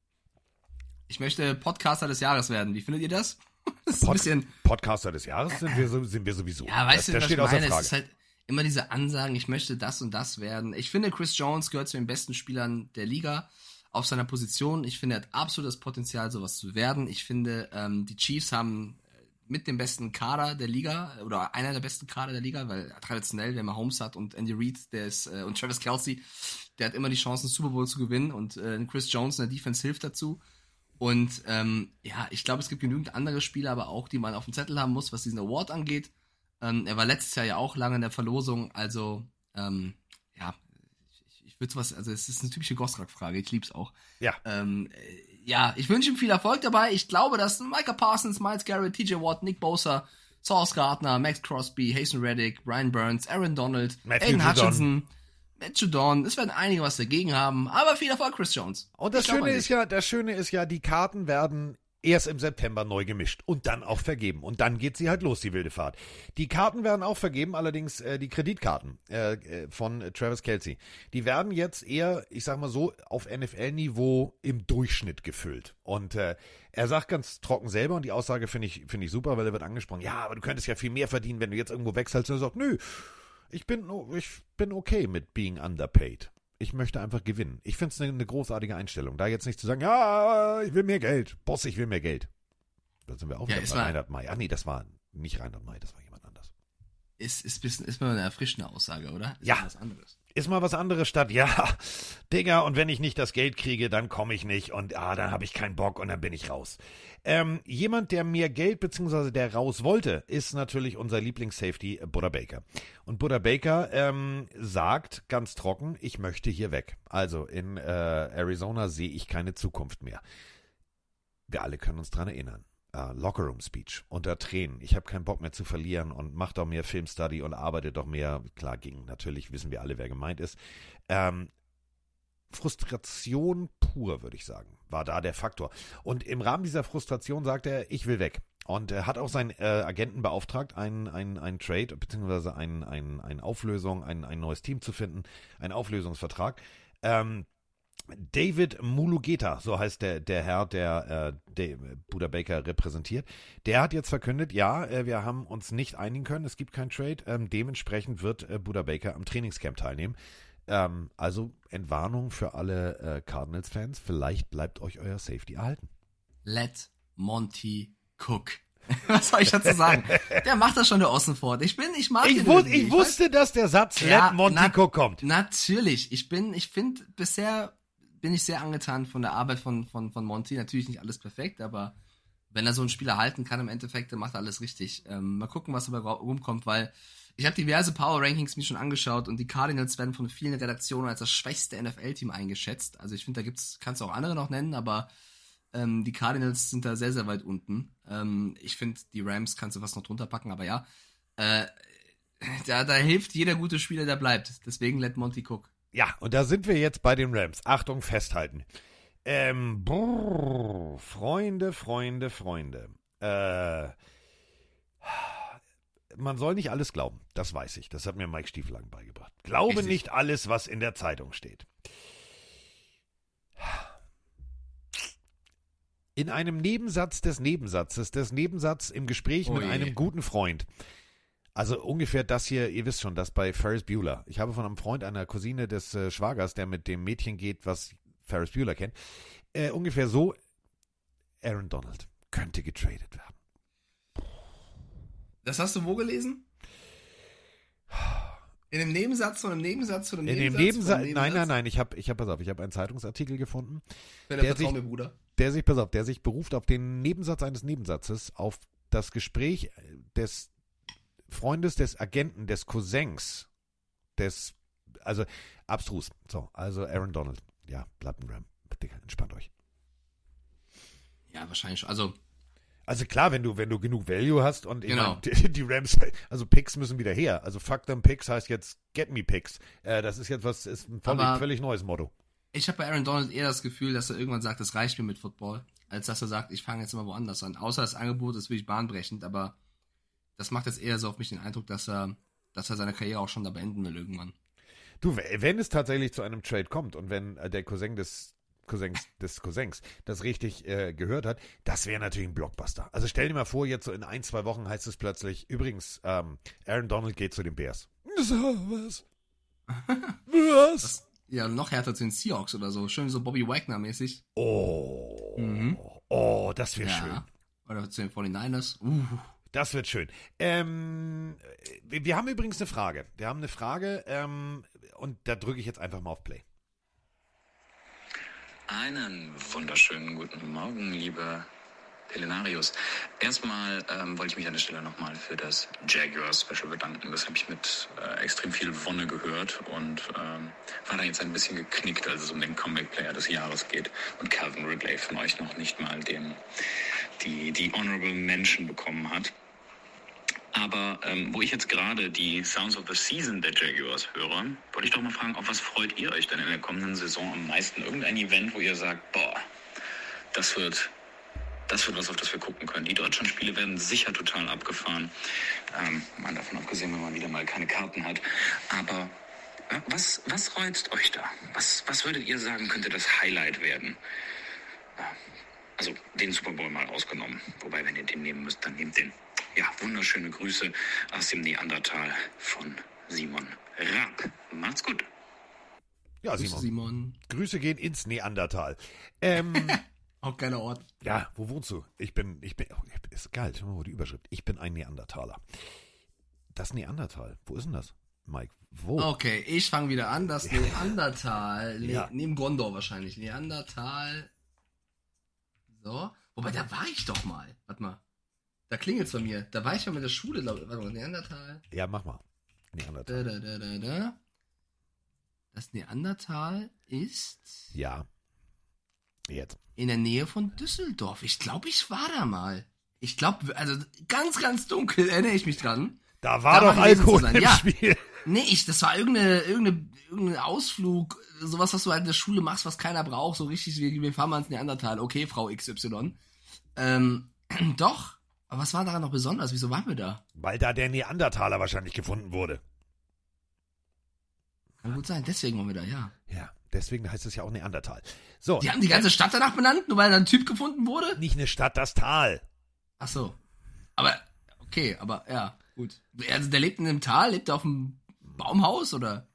Ich möchte Podcaster des Jahres werden. Wie findet ihr das? Das ist ein bisschen... Podcaster des Jahres sind wir sowieso. Ja, weißt du, was steht ich meine? außer Frage. Es ist halt immer diese Ansagen, ich möchte das und das werden. Ich finde, Chris Jones gehört zu den besten Spielern der Liga auf seiner Position. Ich finde, er hat absolut das Potenzial, sowas zu werden. Ich finde, die Chiefs haben mit dem besten Kader der Liga oder einer der besten Kader der Liga, weil traditionell, wenn man Holmes hat und Andy Reid, und Travis Kelce, der hat immer die Chance, einen Super Bowl zu gewinnen und Chris Jones in der Defense hilft dazu. Und ich glaube, es gibt genügend andere Spieler, aber auch, die man auf dem Zettel haben muss, was diesen Award angeht. Er war letztes Jahr ja auch lange in der Verlosung, also ich würde sowas, also es ist eine typische Gosrak-Frage, ich lieb's auch. Ja. Ich wünsche ihm viel Erfolg dabei. Ich glaube, dass Micah Parsons, Myles Garrett, TJ Watt, Nick Bosa, Sauce Gardner, Max Crosby, Hasten Reddick, Brian Burns, Aaron Donald, Aiden Hutchinson, Matt Judon, es werden einige was dagegen haben, aber viel Erfolg, Chris Jones. Und das Schöne ist ja, die Karten werden erst im September neu gemischt und dann auch vergeben. Und dann geht sie halt los, die wilde Fahrt. Die Karten werden auch vergeben, allerdings die Kreditkarten von Travis Kelce. Die werden jetzt eher, ich sag mal so, auf NFL-Niveau im Durchschnitt gefüllt. Und er sagt ganz trocken selber, und die Aussage finde ich super, weil er wird angesprochen, ja, aber du könntest ja viel mehr verdienen, wenn du jetzt irgendwo wechselst. Und er sagt, nö, ich bin okay mit being underpaid. Ich möchte einfach gewinnen. Ich finde es eine großartige Einstellung. Da jetzt nicht zu sagen, ja, ich will mehr Geld. Boss, ich will mehr Geld. Da sind wir auch wieder bei Reinhard May. Ach nee, das war nicht Reinhard May, das war jemand anders. Ist mal eine erfrischende Aussage, oder? Ja. Mal was anderes. Ist mal was anderes statt, ja, Digga, und wenn ich nicht das Geld kriege, dann komme ich nicht und dann habe ich keinen Bock und dann bin ich raus. Jemand, der mehr Geld bzw. der raus wollte, ist natürlich unser Lieblings-Safety Budda Baker. Und Budda Baker sagt ganz trocken, ich möchte hier weg. Also in Arizona sehe ich keine Zukunft mehr. Wir alle können uns dran erinnern. Lockerroom-Speech unter Tränen. Ich habe keinen Bock mehr zu verlieren und mach doch mehr Filmstudy und arbeite doch mehr. Klar, natürlich wissen wir alle, wer gemeint ist. Frustration pur, würde ich sagen, war da der Faktor. Und im Rahmen dieser Frustration sagt er, ich will weg. Und er hat auch seinen Agenten beauftragt, einen Trade, beziehungsweise eine Auflösung, ein neues Team zu finden, einen Auflösungsvertrag. David Mulugeta, so heißt der Herr, der Budda Baker repräsentiert, der hat jetzt verkündet, ja, wir haben uns nicht einigen können, es gibt keinen Trade, dementsprechend wird Budda Baker am Trainingscamp teilnehmen. Also Entwarnung für alle Cardinals-Fans, vielleicht bleibt euch euer Safety erhalten. Let Monty cook. Was soll ich dazu sagen? Der macht das schon, der Ossenfort. Ich mag Ich den irgendwie. ich wusste, dass der Satz Ja, Let Monty Cook kommt. Natürlich. Bisher bin ich sehr angetan von der Arbeit von Monty. Natürlich nicht alles perfekt, aber wenn er so einen Spieler halten kann im Endeffekt, dann macht er alles richtig. Mal gucken, was dabei rumkommt, weil ich habe diverse Power Rankings mir schon angeschaut und die Cardinals werden von vielen Redaktionen als das schwächste NFL-Team eingeschätzt. Also ich finde, kannst du auch andere noch nennen, aber die Cardinals sind da sehr, sehr weit unten. Ich finde, die Rams kannst du fast noch drunter packen, aber ja, da hilft jeder gute Spieler, der bleibt. Deswegen let Monty Cook. Ja, und da sind wir jetzt bei den Rams. Achtung, festhalten. Freunde. Man soll nicht alles glauben. Das weiß ich. Das hat mir Mike Stiefelang beigebracht. Glaube Richtig. nicht alles, was in der Zeitung steht. In einem Nebensatz des Nebensatz im Gespräch mit Ui. einem guten Freund. Also ungefähr das hier, ihr wisst schon, das bei Ferris Bueller. Ich habe von einem Freund, einer Cousine des Schwagers, der mit dem Mädchen geht, was Ferris Bueller kennt, ungefähr so, Aaron Donald könnte getradet werden. Das hast du wo gelesen? In einem Nebensatz von einem Nebensatz von einem In dem Nebensatz? von einem Nein, ich habe einen Zeitungsartigen gefunden, Bitte vertrau mir, Bruder. der sich beruft auf den Nebensatz eines Nebensatzes, auf das Gespräch des Freundes, des Agenten, des Cousins, also abstrus. So, also Aaron Donald. Ja, bleibt ein Ram. Bitte, entspannt euch. Ja, wahrscheinlich schon. Also klar, wenn du genug Value hast und ich Genau. meine, die Rams, also Picks müssen wieder her. Also fuck them Picks heißt jetzt get me Picks. Das ist jetzt ist ein völlig neues Motto. Ich habe bei Aaron Donald eher das Gefühl, dass er irgendwann sagt, das reicht mir mit Football, als dass er sagt, ich fange jetzt immer woanders an. Außer das Angebot ist wirklich bahnbrechend, aber das macht jetzt eher so auf mich den Eindruck, dass er seine Karriere auch schon da beenden will irgendwann. Du, wenn es tatsächlich zu einem Trade kommt und wenn der Cousin des Cousins das richtig gehört hat, das wäre natürlich ein Blockbuster. Also stell dir mal vor, jetzt so in 1-2 Wochen heißt es plötzlich, übrigens, Aaron Donald geht zu den Bears. Was? Was? Ja, noch härter zu den Seahawks oder so. Schön so Bobby Wagner-mäßig. Oh, das wird schön. Oder zu den 49ers. Das wird schön. Wir haben übrigens eine Frage. Und da drücke ich jetzt einfach mal auf Play. Einen wunderschönen guten Morgen, lieber Telenarius. Erstmal wollte ich mich an der Stelle nochmal für das Jaguar-Special bedanken. Das habe ich mit extrem viel Wonne gehört und war da jetzt ein bisschen geknickt, als es um den Comeback-Player des Jahres geht und Calvin Ridley von euch noch nicht mal die Honorable Mention bekommen hat. Aber wo ich jetzt gerade die Sounds of the Season der Jaguars höre, wollte ich doch mal fragen, auf was freut ihr euch denn in der kommenden Saison am meisten? Irgendein Event, wo ihr sagt, boah, das wird was, auf das wir gucken können. Die Deutschlandspiele werden sicher total abgefahren. Mal davon abgesehen, wenn man wieder mal keine Karten hat. Aber was reizt euch da? Was würdet ihr sagen, könnte das Highlight werden? Also den Super Bowl mal ausgenommen. Wobei, wenn ihr den nehmen müsst, dann nehmt den. Ja, wunderschöne Grüße aus dem Neandertal von Simon Raab. Macht's gut. Ja, Simon. Grüße gehen ins Neandertal. Auch geiler Ort. Ja, wo wohnst du? Ist geil, schau mal die Überschrift. Ich bin ein Neandertaler. Das Neandertal, wo ist denn das, Mike? Wo? Okay, ich fange wieder an. Das Neandertal, Ja. neben Gondor wahrscheinlich. Neandertal. So. Wobei, da war ich doch mal. Warte mal. Da klingelt's bei mir. Da war ich mal mit der Schule, glaube ich. Warte mal, Neandertal. Ja, mach mal. Neandertal. Da. Das Neandertal ist Ja. Jetzt. in der Nähe von Düsseldorf. Ich glaube, ich war da mal. Ich glaube, also ganz, ganz dunkel erinnere ich mich dran. Da war doch gewesen zu Alkohol sein. im Ja. Spiel. Nee, das war irgendein Ausflug, sowas, was du halt in der Schule machst, was keiner braucht, so richtig, wir fahren mal ins Neandertal. Okay, Frau XY. Doch, aber was war daran noch besonders? Wieso waren wir da? Weil da der Neandertaler wahrscheinlich gefunden wurde. Kann gut sein, deswegen waren wir da, ja. Ja, deswegen heißt es ja auch Neandertal. So. Die haben die ganze Stadt danach benannt, nur weil da ein Typ gefunden wurde? Nicht eine Stadt, das Tal. Ach so. Aber, okay, aber, ja, gut. Also der lebt in einem Tal, lebt er auf einem Baumhaus, oder?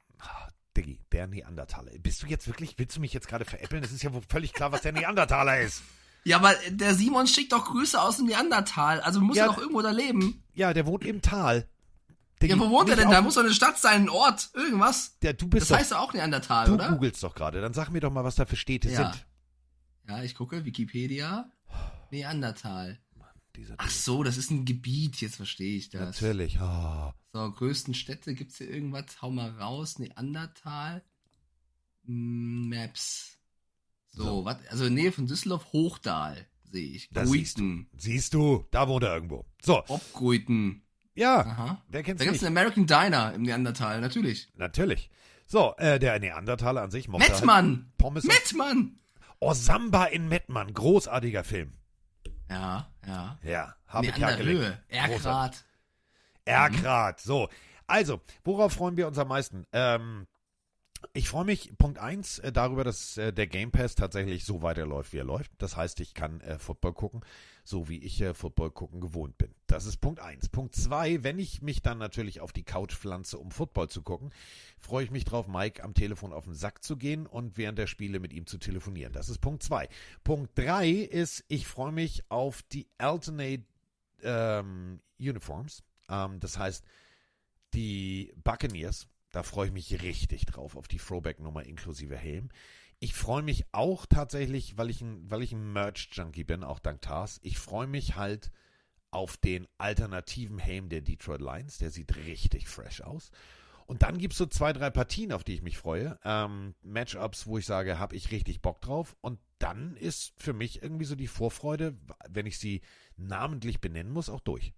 Diggi, der Neandertaler. Willst du mich jetzt gerade veräppeln? Es ist ja wohl völlig klar, was der Neandertaler ist. Ja, aber der Simon schickt doch Grüße aus dem Neandertal. Also muss Ja, er doch irgendwo da leben. Ja, der wohnt im Tal. Ja, wo wohnt er denn? Da muss doch eine Stadt sein, ein Ort, irgendwas. Du bist das heißt doch auch Neandertal, du oder? Du googelst doch gerade. Dann sag mir doch mal, was da für Städte sind. Ja, ich gucke. Wikipedia. Neandertal. Mann, Ach so, das ist ein Gebiet. Jetzt verstehe ich das. Natürlich. So, größten Städte. Gibt's hier irgendwas? Hau mal raus. Neandertal. Maps. So. Was? Also in Nähe von Düsseldorf, Hochdahl, sehe ich. Gruiten. Siehst du, da wohnt er irgendwo. So. Obgruiten. Ja, aha. Wer kennt's nicht? Da gibt's einen American Diner im Neandertal, natürlich. Natürlich. So, der Neandertaler an sich mochte Mettmann! Halt Pommes. Mettmann! Oh, Samba in Mettmann. Großartiger Film. Ja. Ja, habe ich Höhe. Erkrath. Erkrath, so. Also, worauf freuen wir uns am meisten? Ich freue mich, Punkt 1, darüber, dass der Game Pass tatsächlich so weiterläuft, wie er läuft. Das heißt, ich kann Football gucken, so wie ich Football gucken gewohnt bin. Das ist Punkt 1. Punkt 2, wenn ich mich dann natürlich auf die Couch pflanze, um Football zu gucken, freue ich mich drauf, Mike am Telefon auf den Sack zu gehen und während der Spiele mit ihm zu telefonieren. Das ist Punkt 2. Punkt 3 ist, ich freue mich auf die Alternate Uniforms. Das heißt, die Buccaneers. Da freue ich mich richtig drauf, auf die Throwback-Nummer inklusive Helm. Ich freue mich auch tatsächlich, weil ich ein Merch-Junkie bin, auch dank Tars. Ich freue mich halt auf den alternativen Helm der Detroit Lions. Der sieht richtig fresh aus. Und dann gibt es so 2, 3 Partien, auf die ich mich freue. Matchups, wo ich sage, habe ich richtig Bock drauf. Und dann ist für mich irgendwie so die Vorfreude, wenn ich sie namentlich benennen muss, auch durch.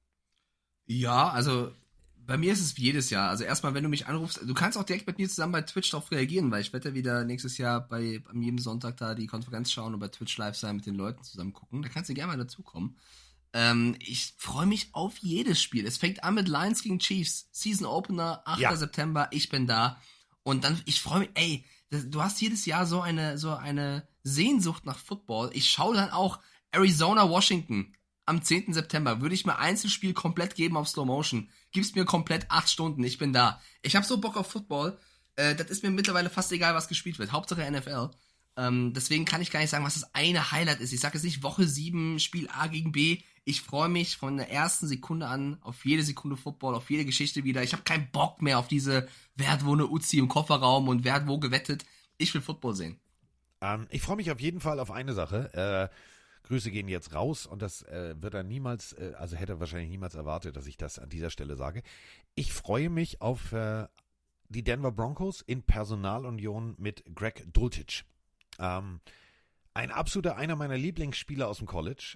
Ja, also bei mir ist es wie jedes Jahr. Also erstmal, wenn du mich anrufst, du kannst auch direkt mit mir zusammen bei Twitch darauf reagieren, weil ich werde ja wieder nächstes Jahr am jedem Sonntag da die Konferenz schauen und bei Twitch live sein, mit den Leuten zusammen gucken. Da kannst du gerne mal dazukommen. Ich freue mich auf jedes Spiel. Es fängt an mit Lions gegen Chiefs. Season Opener, 8. September, ich bin da. Und dann, ich freue mich, du hast jedes Jahr so eine Sehnsucht nach Football. Ich schaue dann auch Arizona, Washington. Am 10. September würde ich mir Einzelspiel komplett geben auf Slow Motion. Gib's mir komplett 8 Stunden, ich bin da. Ich habe so Bock auf Football. Das ist mir mittlerweile fast egal, was gespielt wird. Hauptsache NFL. Deswegen kann ich gar nicht sagen, was das eine Highlight ist. Ich sage jetzt nicht Woche 7, Spiel A gegen B. Ich freue mich von der ersten Sekunde an auf jede Sekunde Football, auf jede Geschichte wieder. Ich habe keinen Bock mehr auf diese, wer hat wo eine Uzi im Kofferraum und wer hat wo gewettet. Ich will Football sehen. Ich freue mich auf jeden Fall auf eine Sache. Grüße gehen jetzt raus und das wird er niemals, also hätte er wahrscheinlich niemals erwartet, dass ich das an dieser Stelle sage. Ich freue mich auf die Denver Broncos in Personalunion mit Greg Dulcich. Ein absoluter, einer meiner Lieblingsspieler aus dem College.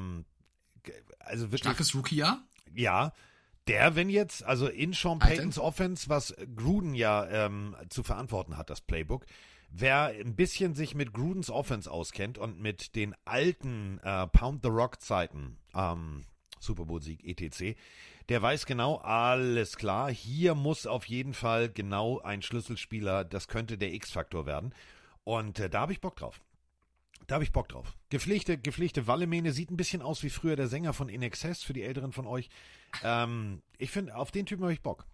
Also wirklich, starkes Rookie-Jahr? Ja, wenn jetzt, also in Sean Paytons Offense, was Gruden ja zu verantworten hat, das Playbook, wer ein bisschen sich mit Grudens Offense auskennt und mit den alten Pound the Rock Zeiten, Super Bowl Sieg etc., der weiß genau, alles klar, hier muss auf jeden Fall genau ein Schlüsselspieler, das könnte der X-Faktor werden. Und da habe ich Bock drauf. Gepflegte Wallemähne, sieht ein bisschen aus wie früher der Sänger von In Excess, für die Älteren von euch. Ich finde, auf den Typen habe ich Bock.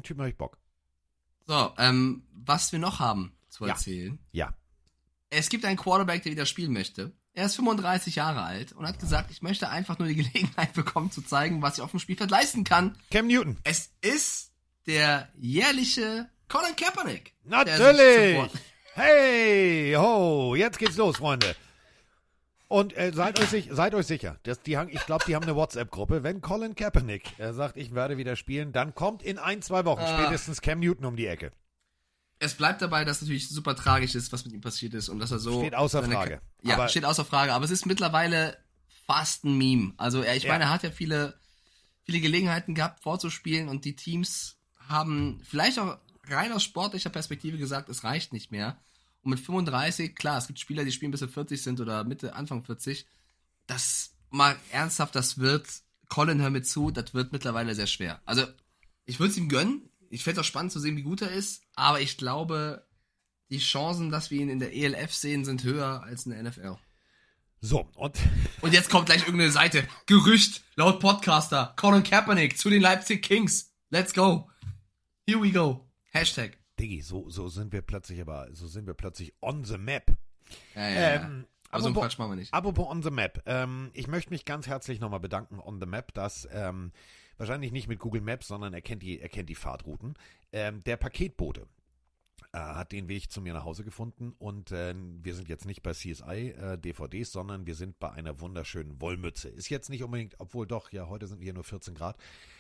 So, was wir noch haben zu erzählen. Ja. Es gibt einen Quarterback, der wieder spielen möchte. Er ist 35 Jahre alt und hat gesagt, ich möchte einfach nur die Gelegenheit bekommen, zu zeigen, was ich auf dem Spielfeld leisten kann. Cam Newton. Es ist der jährliche Colin Kaepernick. Natürlich! Hey, ho, jetzt geht's los, Freunde. Und seid euch sicher, ich glaube, die haben eine WhatsApp-Gruppe. Wenn Colin Kaepernick sagt, ich werde wieder spielen, dann kommt in 1-2 Wochen spätestens Cam Newton um die Ecke. Es bleibt dabei, dass natürlich super tragisch ist, was mit ihm passiert ist und dass er so... Steht außer Frage. Ja, steht außer Frage. Aber es ist mittlerweile fast ein Meme. Also meine, er hat ja viele Gelegenheiten gehabt, vorzuspielen und die Teams haben vielleicht auch rein aus sportlicher Perspektive gesagt, es reicht nicht mehr. Und mit 35, klar, es gibt Spieler, die spielen bis sie 40 sind oder Anfang 40. Das mal ernsthaft, Colin, hör mir zu, das wird mittlerweile sehr schwer. Also, ich würde es ihm gönnen. Ich fände es auch spannend zu sehen, wie gut er ist. Aber ich glaube, die Chancen, dass wir ihn in der ELF sehen, sind höher als in der NFL. So, und jetzt kommt gleich irgendeine Seite. Gerücht, laut Podcaster, Colin Kaepernick zu den Leipzig Kings. Let's go. Here we go. Hashtag. Diggi, so sind wir plötzlich on the map. Ja. Aber so einen Quatsch machen wir nicht. Apropos On The Map. Ich möchte mich ganz herzlich nochmal bedanken, On The Map, dass wahrscheinlich nicht mit Google Maps, sondern er kennt die Fahrtrouten. Der Paketbote hat den Weg zu mir nach Hause gefunden und wir sind jetzt nicht bei CSI DVDs, sondern wir sind bei einer wunderschönen Wollmütze. Ist jetzt nicht unbedingt, obwohl doch, ja, heute sind wir nur 14 Grad.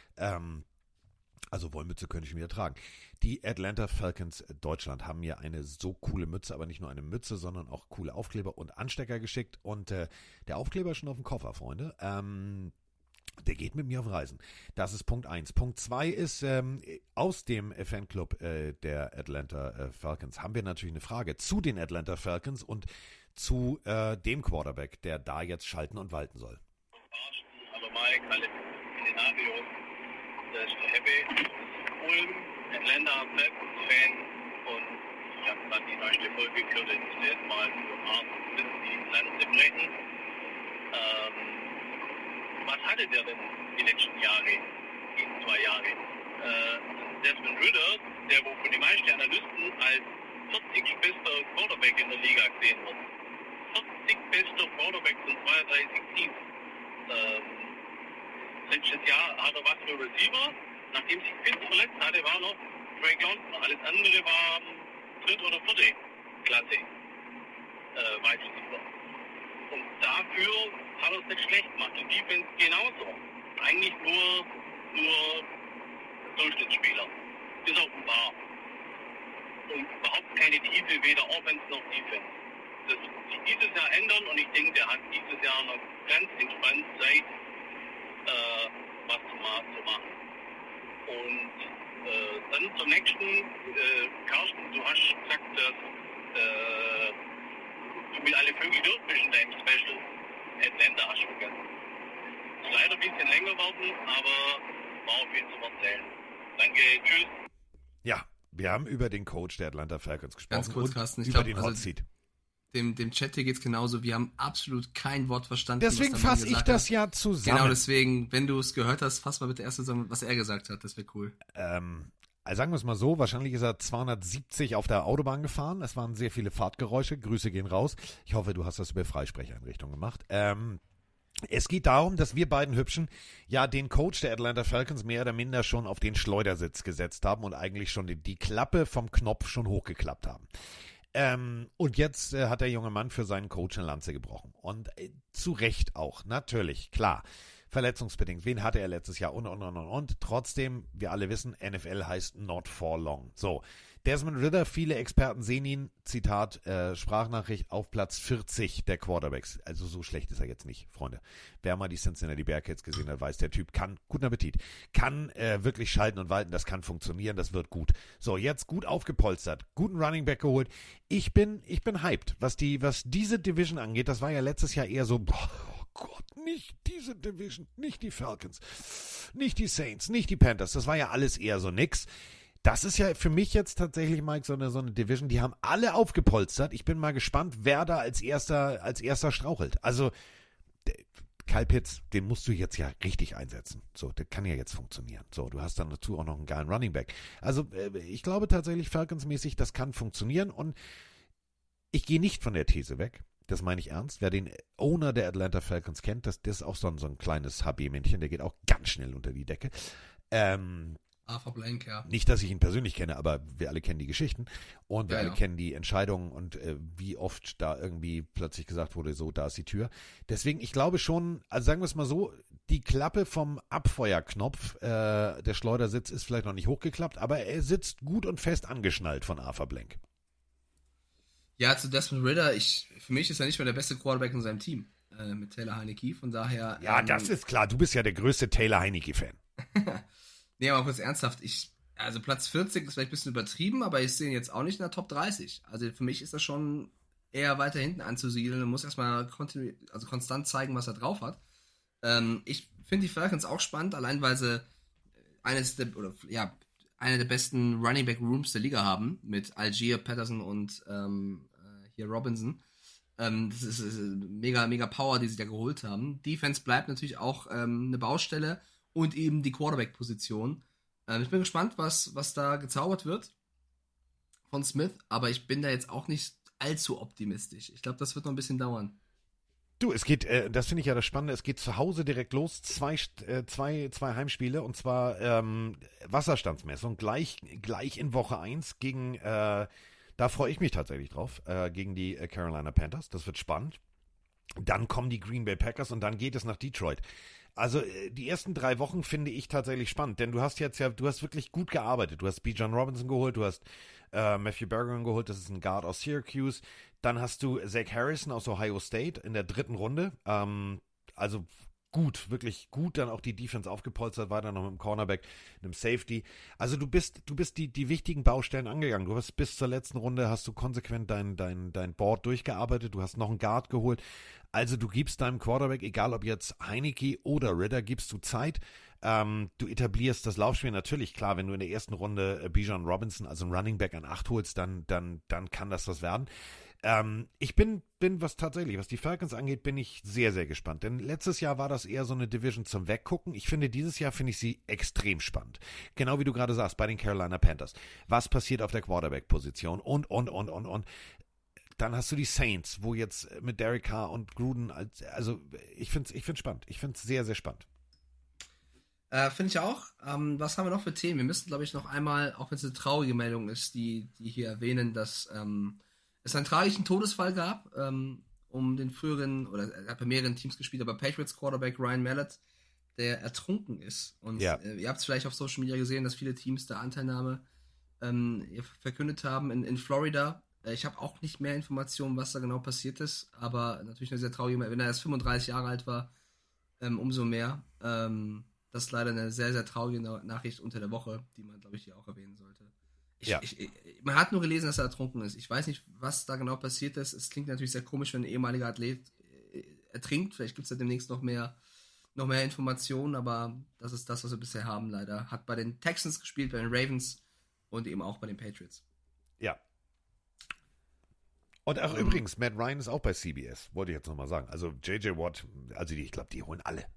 Also Wollmütze könnte ich wieder tragen. Die Atlanta Falcons Deutschland haben mir eine so coole Mütze, aber nicht nur eine Mütze, sondern auch coole Aufkleber und Anstecker geschickt. Und der Aufkleber ist schon auf dem Koffer, Freunde. Der geht mit mir auf Reisen. Das ist Punkt 1. Punkt 2 ist, aus dem Fanclub der Atlanta Falcons haben wir natürlich eine Frage zu den Atlanta Falcons und zu dem Quarterback, der da jetzt schalten und walten soll. Hallo Mike, alle Szenarios. Das ist der Happy, Ulm, Atlanta Falcons-Fan und ich habe gerade die neueste Folge gehört, das letzte Mal für Arzt die Lanze brechen. Was hatte der denn die letzten Jahre, die 2 Jahre? Desmond Ridder, der wo von den meisten Analysten als 40 bester Quarterback in der Liga gesehen wird. 40 bester Quarterback von 32 Teams. Letztes Jahr hat er was für Receiver. Nachdem sich Pitts verletzt hatte, war noch Drake London. Alles andere war 3. oder 4. Klasse. Wide Receiver. Und dafür hat er es nicht schlecht gemacht. Die Defense genauso. Eigentlich nur Durchschnittsspieler. Bis auf ein paar. Und überhaupt keine Tiefe, weder Offense noch Defense. Das wird sich dieses Jahr ändern und ich denke, der hat dieses Jahr noch ganz entspannt Zeit, was zu machen. Und dann zum nächsten, Carsten, du hast gesagt, dass du mit alle Vögel durch bist in deinem Special. Atlanta hast du vergessen. Ist leider ein bisschen länger geworden, aber war auf jeden Fall zu erzählen. Danke, tschüss. Ja, wir haben über den Coach der Atlanta Falcons gesprochen. Ganz kurz, Carsten, ich über glaub, den Hot Seat. Dem Chat hier geht's genauso. Wir haben absolut kein Wort verstanden. Deswegen fasse ich das ja zusammen. Genau, deswegen, wenn du es gehört hast, fass mal bitte erst zusammen, was er gesagt hat. Das wäre cool. Also sagen wir es mal so, wahrscheinlich ist er 270 auf der Autobahn gefahren. Es waren sehr viele Fahrtgeräusche. Grüße gehen raus. Ich hoffe, du hast das über Freisprecheinrichtung gemacht. Es geht darum, dass wir beiden Hübschen ja den Coach der Atlanta Falcons mehr oder minder schon auf den Schleudersitz gesetzt haben und eigentlich schon die Klappe vom Knopf schon hochgeklappt haben. Und jetzt hat der junge Mann für seinen Coach eine Lanze gebrochen. Und zu Recht auch, natürlich, klar. Verletzungsbedingt. Wen hatte er letztes Jahr? Und. Trotzdem, wir alle wissen, NFL heißt not for long. So, Desmond Ridder, viele Experten sehen ihn, Zitat, Sprachnachricht, auf Platz 40 der Quarterbacks. Also so schlecht ist er jetzt nicht, Freunde. Wer mal die Cincinnati Bearcats gesehen hat, weiß, der Typ kann, guten Appetit, kann wirklich schalten und walten, das kann funktionieren, das wird gut. So, jetzt gut aufgepolstert, guten Running Back geholt. Ich bin hyped, was diese Division angeht. Das war ja letztes Jahr eher so, boah, Gott, nicht diese Division, nicht die Falcons, nicht die Saints, nicht die Panthers. Das war ja alles eher so nix. Das ist ja für mich jetzt tatsächlich, Mike, so eine Division, die haben alle aufgepolstert. Ich bin mal gespannt, wer da als erster strauchelt. Also, Kyle Pitts, den musst du jetzt ja richtig einsetzen. So, der kann ja jetzt funktionieren. So, du hast dann dazu auch noch einen geilen Running Back. Also, ich glaube tatsächlich, Falcons-mäßig, das kann funktionieren und ich gehe nicht von der These weg. Das meine ich ernst. Wer den Owner der Atlanta Falcons kennt, das ist auch so ein kleines HB-Männchen, der geht auch ganz schnell unter die Decke. Arthur Blank, ja. Nicht, dass ich ihn persönlich kenne, aber wir alle kennen die Geschichten und wir alle kennen die Entscheidungen und wie oft da irgendwie plötzlich gesagt wurde, so, da ist die Tür. Deswegen, ich glaube schon, also sagen wir es mal so, die Klappe vom Abfeuerknopf, der Schleudersitz ist vielleicht noch nicht hochgeklappt, aber er sitzt gut und fest angeschnallt von Arthur Blank. Ja, zu Desmond Ridder, für mich ist er nicht mehr der beste Quarterback in seinem Team. Mit Taylor Heineke, von daher... Ja, das ist klar, du bist ja der größte Taylor Heineke-Fan. Nee, aber kurz ernsthaft, also Platz 40 ist vielleicht ein bisschen übertrieben, aber ich sehe ihn jetzt auch nicht in der Top 30. Also für mich ist das schon eher weiter hinten anzusiedeln und muss erstmal konstant zeigen, was er drauf hat. Ich finde die Falcons auch spannend, allein weil sie eine der besten Running Back Rooms der Liga haben, mit Algier, Patterson und hier Robinson. Das ist mega, mega Power, die sie da geholt haben. Defense bleibt natürlich auch eine Baustelle und eben die Quarterback-Position. Ich bin gespannt, was da gezaubert wird von Smith, aber ich bin da jetzt auch nicht allzu optimistisch. Ich glaube, das wird noch ein bisschen dauern. Du, es geht, das finde ich ja das Spannende, es geht zu Hause direkt los, zwei Heimspiele, und zwar Wasserstandsmessung, gleich in Woche 1 gegen, da freue ich mich tatsächlich drauf, gegen die Carolina Panthers, das wird spannend. Dann kommen die Green Bay Packers und dann geht es nach Detroit. Also die ersten 3 Wochen finde ich tatsächlich spannend, denn du hast wirklich gut gearbeitet. Du hast Bijan Robinson geholt, du hast Matthew Bergeron geholt, das ist ein Guard aus Syracuse. Dann hast du Zach Harrison aus Ohio State in der 3. Runde. Also gut, wirklich gut. Dann auch die Defense aufgepolstert, weiter noch mit einem Cornerback, einem Safety. Also du bist die wichtigen Baustellen angegangen. Du hast bis zur letzten Runde hast du konsequent dein Board durchgearbeitet. Du hast noch einen Guard geholt. Also du gibst deinem Quarterback, egal ob jetzt Heineke oder Ridder, gibst du Zeit. Du etablierst das Laufspiel natürlich, klar, wenn du in der ersten Runde Bijan Robinson, also einen Running Back an 8 holst, dann kann das was werden. Ich bin, was die Falcons angeht, bin ich sehr, sehr gespannt. Denn letztes Jahr war das eher so eine Division zum Weggucken. Ich finde, dieses Jahr finde ich sie extrem spannend. Genau wie du gerade sagst, bei den Carolina Panthers. Was passiert auf der Quarterback-Position und. Dann hast du die Saints, wo jetzt mit Derek Carr und Gruden, also ich finde es spannend. Ich finde es sehr, sehr spannend. Finde ich auch. Was haben wir noch für Themen? Wir müssen, glaube ich, noch einmal, auch wenn es eine traurige Meldung ist, die hier erwähnen, dass es einen tragischen Todesfall gab, um den früheren, oder er hat bei mehreren Teams gespielt, aber Patriots Quarterback Ryan Mallett, der ertrunken ist. Und ihr habt es vielleicht auf Social Media gesehen, dass viele Teams da Anteilnahme verkündet haben in Florida. Ich habe auch nicht mehr Informationen, was da genau passiert ist, aber natürlich eine sehr traurige, wenn er erst 35 Jahre alt war, umso mehr. Das ist leider eine sehr, sehr traurige Nachricht unter der Woche, die man, glaube ich, hier auch erwähnen sollte. Man hat nur gelesen, dass er ertrunken ist. Ich weiß nicht, was da genau passiert ist. Es klingt natürlich sehr komisch, wenn ein ehemaliger Athlet ertrinkt. Vielleicht gibt es da demnächst noch mehr Informationen, aber das ist das, was wir bisher haben, leider. Hat bei den Texans gespielt, bei den Ravens und eben auch bei den Patriots. Ja. Und auch übrigens, Matt Ryan ist auch bei CBS, wollte ich jetzt nochmal sagen. Also J.J. Watt, also ich glaube, die holen alle.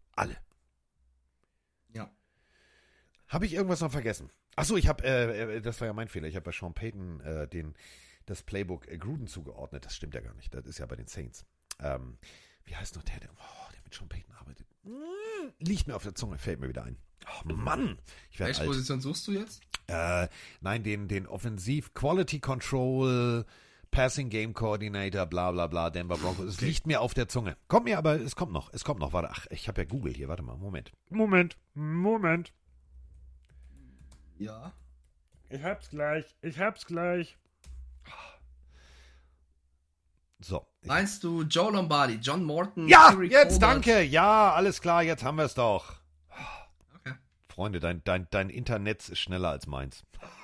Ja. Habe ich irgendwas noch vergessen? Achso, ich habe, das war ja mein Fehler, ich habe bei Sean Payton das Playbook Gruden zugeordnet. Das stimmt ja gar nicht, das ist ja bei den Saints. Wie heißt noch der mit Sean Payton arbeitet? Liegt mir auf der Zunge, fällt mir wieder ein. Oh Mann! Welche Position suchst du jetzt? Nein, den Offensiv Quality Control Passing Game Coordinator, bla bla bla, Denver Broncos. Es liegt mir auf der Zunge. Kommt mir, aber es kommt noch. Warte, ich habe ja Google hier. Warte mal, Moment. Ja. Ich hab's gleich. So. Meinst du Joe Lombardi, John Morton? Ja, Terry jetzt, Colbert? danke. Ja, alles klar, jetzt haben wir es doch. Okay. Freunde, dein Internet ist schneller als meins.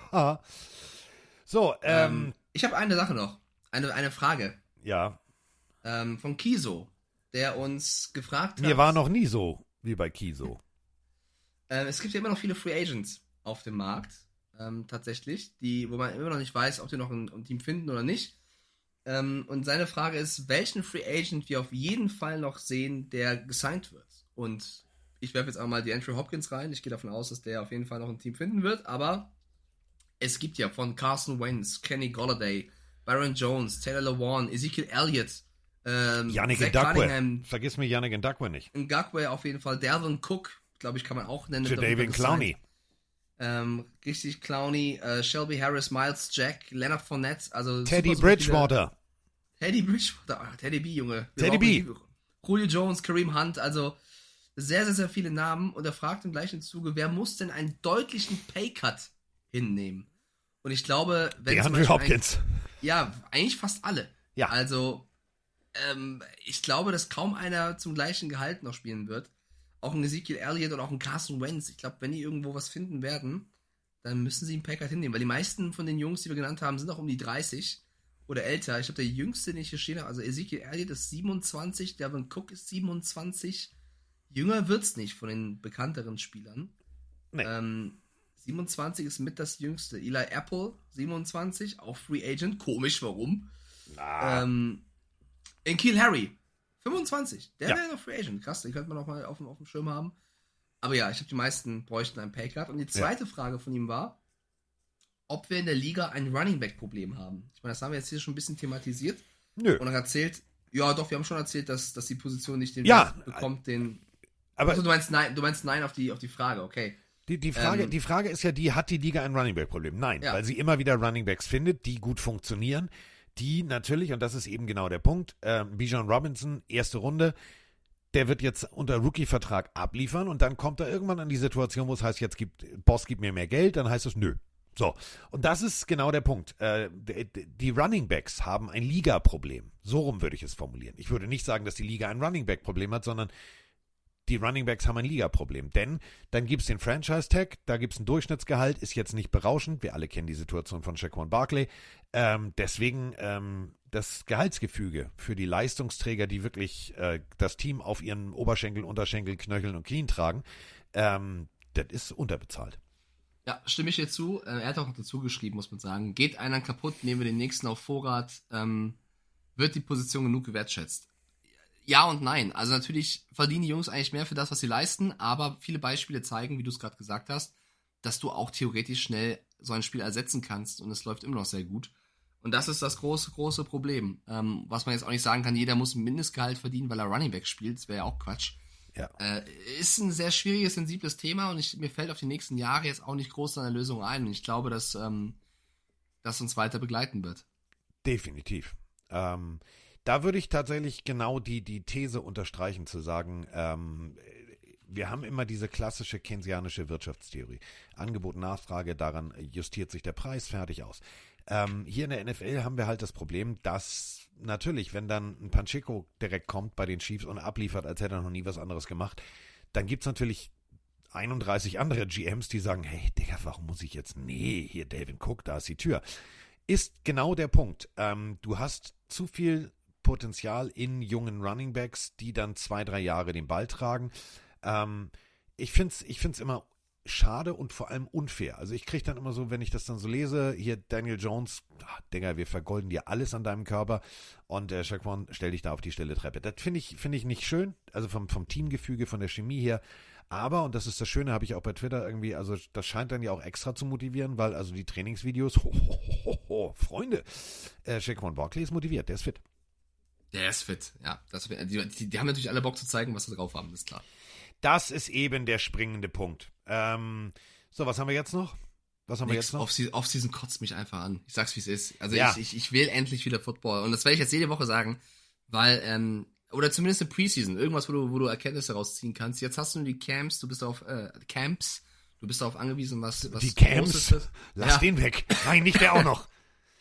So, ich habe eine Sache noch. Eine Frage. Ja. Von Kiso, der uns gefragt hat. Mir war noch nie so wie bei Kiso. Es gibt ja immer noch viele Free Agents auf dem Markt, tatsächlich, wo man immer noch nicht weiß, ob die noch ein Team finden oder nicht. Und seine Frage ist, welchen Free Agent wir auf jeden Fall noch sehen, der gesigned wird. Und ich werfe jetzt auch mal die Andrew Hopkins rein. Ich gehe davon aus, dass der auf jeden Fall noch ein Team finden wird, aber es gibt ja von Carson Wentz, Kenny Golladay, Byron Jones, Taylor Lewan, Ezekiel Elliott, Yannick Ngakoue. Vergiss mir Yannick Ngakoue nicht. Ngakoue auf jeden Fall, Dalvin Cook, glaube ich, kann man auch nennen. Jadeveon Clowney. Richtig Clowney, Shelby Harris, Miles Jack, Leonard Fournette, also Teddy Bridgewater. Teddy Bridgewater, Teddy B, Junge. Teddy B. Julio Jones, Kareem Hunt, also sehr, sehr, sehr viele Namen. Und er fragt im gleichen Zuge, wer muss denn einen deutlichen Paycut hinnehmen? Und ich glaube, wenn DeAndre Hopkins. Eigentlich fast alle. Ja. Also, ich glaube, dass kaum einer zum gleichen Gehalt noch spielen wird. Auch ein Ezekiel Elliott oder auch ein Carson Wentz. Ich glaube, wenn die irgendwo was finden werden, dann müssen sie einen Paycut hinnehmen. Weil die meisten von den Jungs, die wir genannt haben, sind auch um die 30 oder älter. Ich glaube, der jüngste, den ich hier stehen habe, also Ezekiel Elliott ist 27, Dalvin Cook ist 27. Jünger wird's nicht von den bekannteren Spielern. Nee. 27 ist mit das jüngste. Eli Apple, 27, auch Free Agent. Komisch, warum? N'Keal Harry, 25. Der wäre noch Free Agent. Krass, den könnte man auch mal auf dem Schirm haben. Aber ja, ich glaube, die meisten bräuchten einen Paycut. Und die zweite Frage von ihm war, ob wir in der Liga ein Running-Back-Problem haben. Ich meine, das haben wir jetzt hier schon ein bisschen thematisiert. Nö. Und erzählt, ja doch, wir haben schon erzählt, dass die Position nicht den Ja, Wert bekommt, den... aber Also du meinst nein auf die Frage, okay. Die Frage ist ja, hat die Liga ein Running-Back-Problem? Nein, Ja. weil sie immer wieder Running-Backs findet, die gut funktionieren, die natürlich, und das ist eben genau der Punkt, Bijan Robinson, erste Runde, der wird jetzt unter Rookie-Vertrag abliefern und dann kommt er irgendwann an die Situation, wo es heißt, Boss gibt mir mehr Geld, dann heißt es nö. So, und das ist genau der Punkt. Die Runningbacks haben ein Liga-Problem. So rum würde ich es formulieren. Ich würde nicht sagen, dass die Liga ein Runningback-Problem hat, sondern die Runningbacks haben ein Liga-Problem. Denn dann gibt es den Franchise-Tag, da gibt es ein Durchschnittsgehalt, ist jetzt nicht berauschend. Wir alle kennen die Situation von Saquon Barkley. Deswegen das Gehaltsgefüge für die Leistungsträger, die wirklich das Team auf ihren Oberschenkeln, Unterschenkeln, Knöcheln und Knien tragen, das ist unterbezahlt. Ja, stimme ich dir zu. Er hat auch noch dazu geschrieben, muss man sagen. Geht einer kaputt, nehmen wir den nächsten auf Vorrat, wird die Position genug gewertschätzt? Ja und nein. Also natürlich verdienen die Jungs eigentlich mehr für das, was sie leisten, aber viele Beispiele zeigen, wie du es gerade gesagt hast, dass du auch theoretisch schnell so ein Spiel ersetzen kannst und es läuft immer noch sehr gut. Und das ist das große Problem. Was man jetzt auch nicht sagen kann, jeder muss ein Mindestgehalt verdienen, weil er Running Back spielt. Das wäre ja auch Quatsch. Ja. Ist ein sehr schwieriges, sensibles Thema und mir fällt auf die nächsten Jahre jetzt auch nicht groß eine Lösung ein. Und ich glaube, dass das uns weiter begleiten wird. Definitiv. Da würde ich tatsächlich genau die These unterstreichen, zu sagen, wir haben immer diese klassische keynesianische Wirtschaftstheorie. Angebot, Nachfrage, daran justiert sich der Preis, fertig aus. Hier in der NFL haben wir halt das Problem, dass natürlich, wenn dann ein Pacheco direkt kommt bei den Chiefs und abliefert, als hätte er noch nie was anderes gemacht, dann gibt es natürlich 31 andere GMs, die sagen, hey Digga, warum muss ich jetzt, nee, hier Dalvin Cook, da ist die Tür. Ist genau der Punkt. Du hast zu viel Potenzial in jungen Runningbacks, die dann 2-3 Jahre den Ball tragen. Ich find's immer schade und vor allem unfair. Also ich kriege dann immer so, wenn ich das dann so lese, hier Daniel Jones, Digga, wir vergolden dir alles an deinem Körper und Saquon, stell dich da auf die stille Treppe. Das finde ich nicht schön, also vom Teamgefüge, von der Chemie her. Aber, und das ist das Schöne, habe ich auch bei Twitter irgendwie, also das scheint dann ja auch extra zu motivieren, weil also die Trainingsvideos, Freunde, Saquon Barkley ist motiviert, der ist fit. Der ist fit, ja. Die haben natürlich alle Bock zu zeigen, was sie drauf haben, das ist klar. Das ist eben der springende Punkt. So, was haben wir jetzt noch? Off-Season kotzt mich einfach an. Ich sag's, wie es ist. Also ja. ich will endlich wieder Football. Und das werde ich jetzt jede Woche sagen, weil, oder zumindest in Preseason, irgendwas, wo du Erkenntnisse rausziehen kannst. Jetzt hast du nur die Camps, du bist auf Camps, du bist darauf angewiesen, was die Camps? Lass den weg. Nein, nicht der auch noch.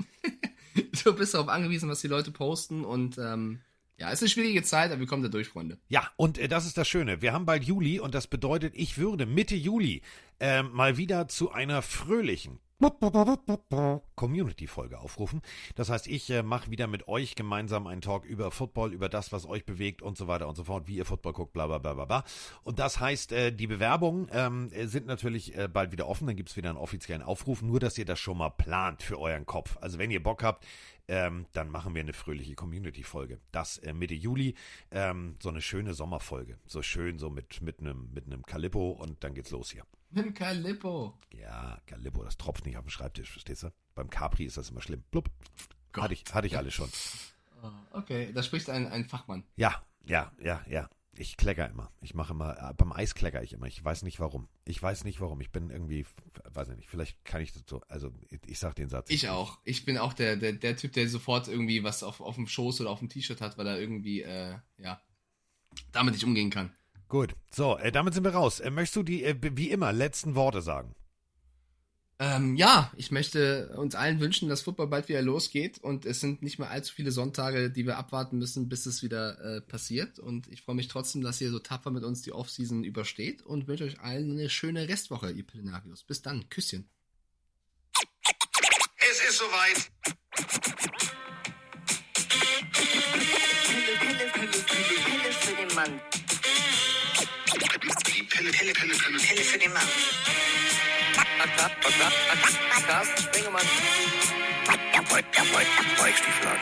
Du bist darauf angewiesen, was die Leute posten und ja, es ist eine schwierige Zeit, aber wir kommen da durch, Freunde. Ja, und das ist das Schöne. Wir haben bald Juli und das bedeutet, ich würde Mitte Juli mal wieder zu einer fröhlichen Community-Folge aufrufen. Das heißt, ich mache wieder mit euch gemeinsam einen Talk über Football, über das, was euch bewegt und so weiter und so fort, wie ihr Football guckt, bla bla bla bla bla. Und das heißt, die Bewerbungen sind natürlich bald wieder offen, dann gibt es wieder einen offiziellen Aufruf, nur dass ihr das schon mal plant für euren Kopf. Also wenn ihr Bock habt, dann machen wir eine fröhliche Community-Folge. Das Mitte Juli, so eine schöne Sommerfolge. So schön, so mit einem Calippo und dann geht's los hier. Mit dem Calippo. Ja, Calippo, das tropft nicht auf den Schreibtisch, verstehst du? Beim Capri ist das immer schlimm. Blub. Hatte ich alles schon. Okay, da spricht ein Fachmann. Ja. Ich klecker immer. Ich mache immer, beim Eis klecker ich immer. Ich weiß nicht warum. Ich bin irgendwie, weiß ich nicht, vielleicht kann ich das so, also ich sag den Satz. Ich auch. Ich bin auch der Typ, der sofort irgendwie was auf dem Schoß oder auf dem T-Shirt hat, weil er irgendwie, damit nicht umgehen kann. Gut, so, damit sind wir raus. Möchtest du die, wie immer, letzten Worte sagen? Ja, ich möchte uns allen wünschen, dass Football bald wieder losgeht und es sind nicht mehr allzu viele Sonntage, die wir abwarten müssen, bis es wieder passiert und ich freue mich trotzdem, dass ihr so tapfer mit uns die Offseason übersteht und wünsche euch allen eine schöne Restwoche, ihr Pillenarios. Bis dann, Küsschen. Es ist soweit. Pille für den Mann. Die Pille für den Mann. Carsten Spengemann. Der Beustiefel.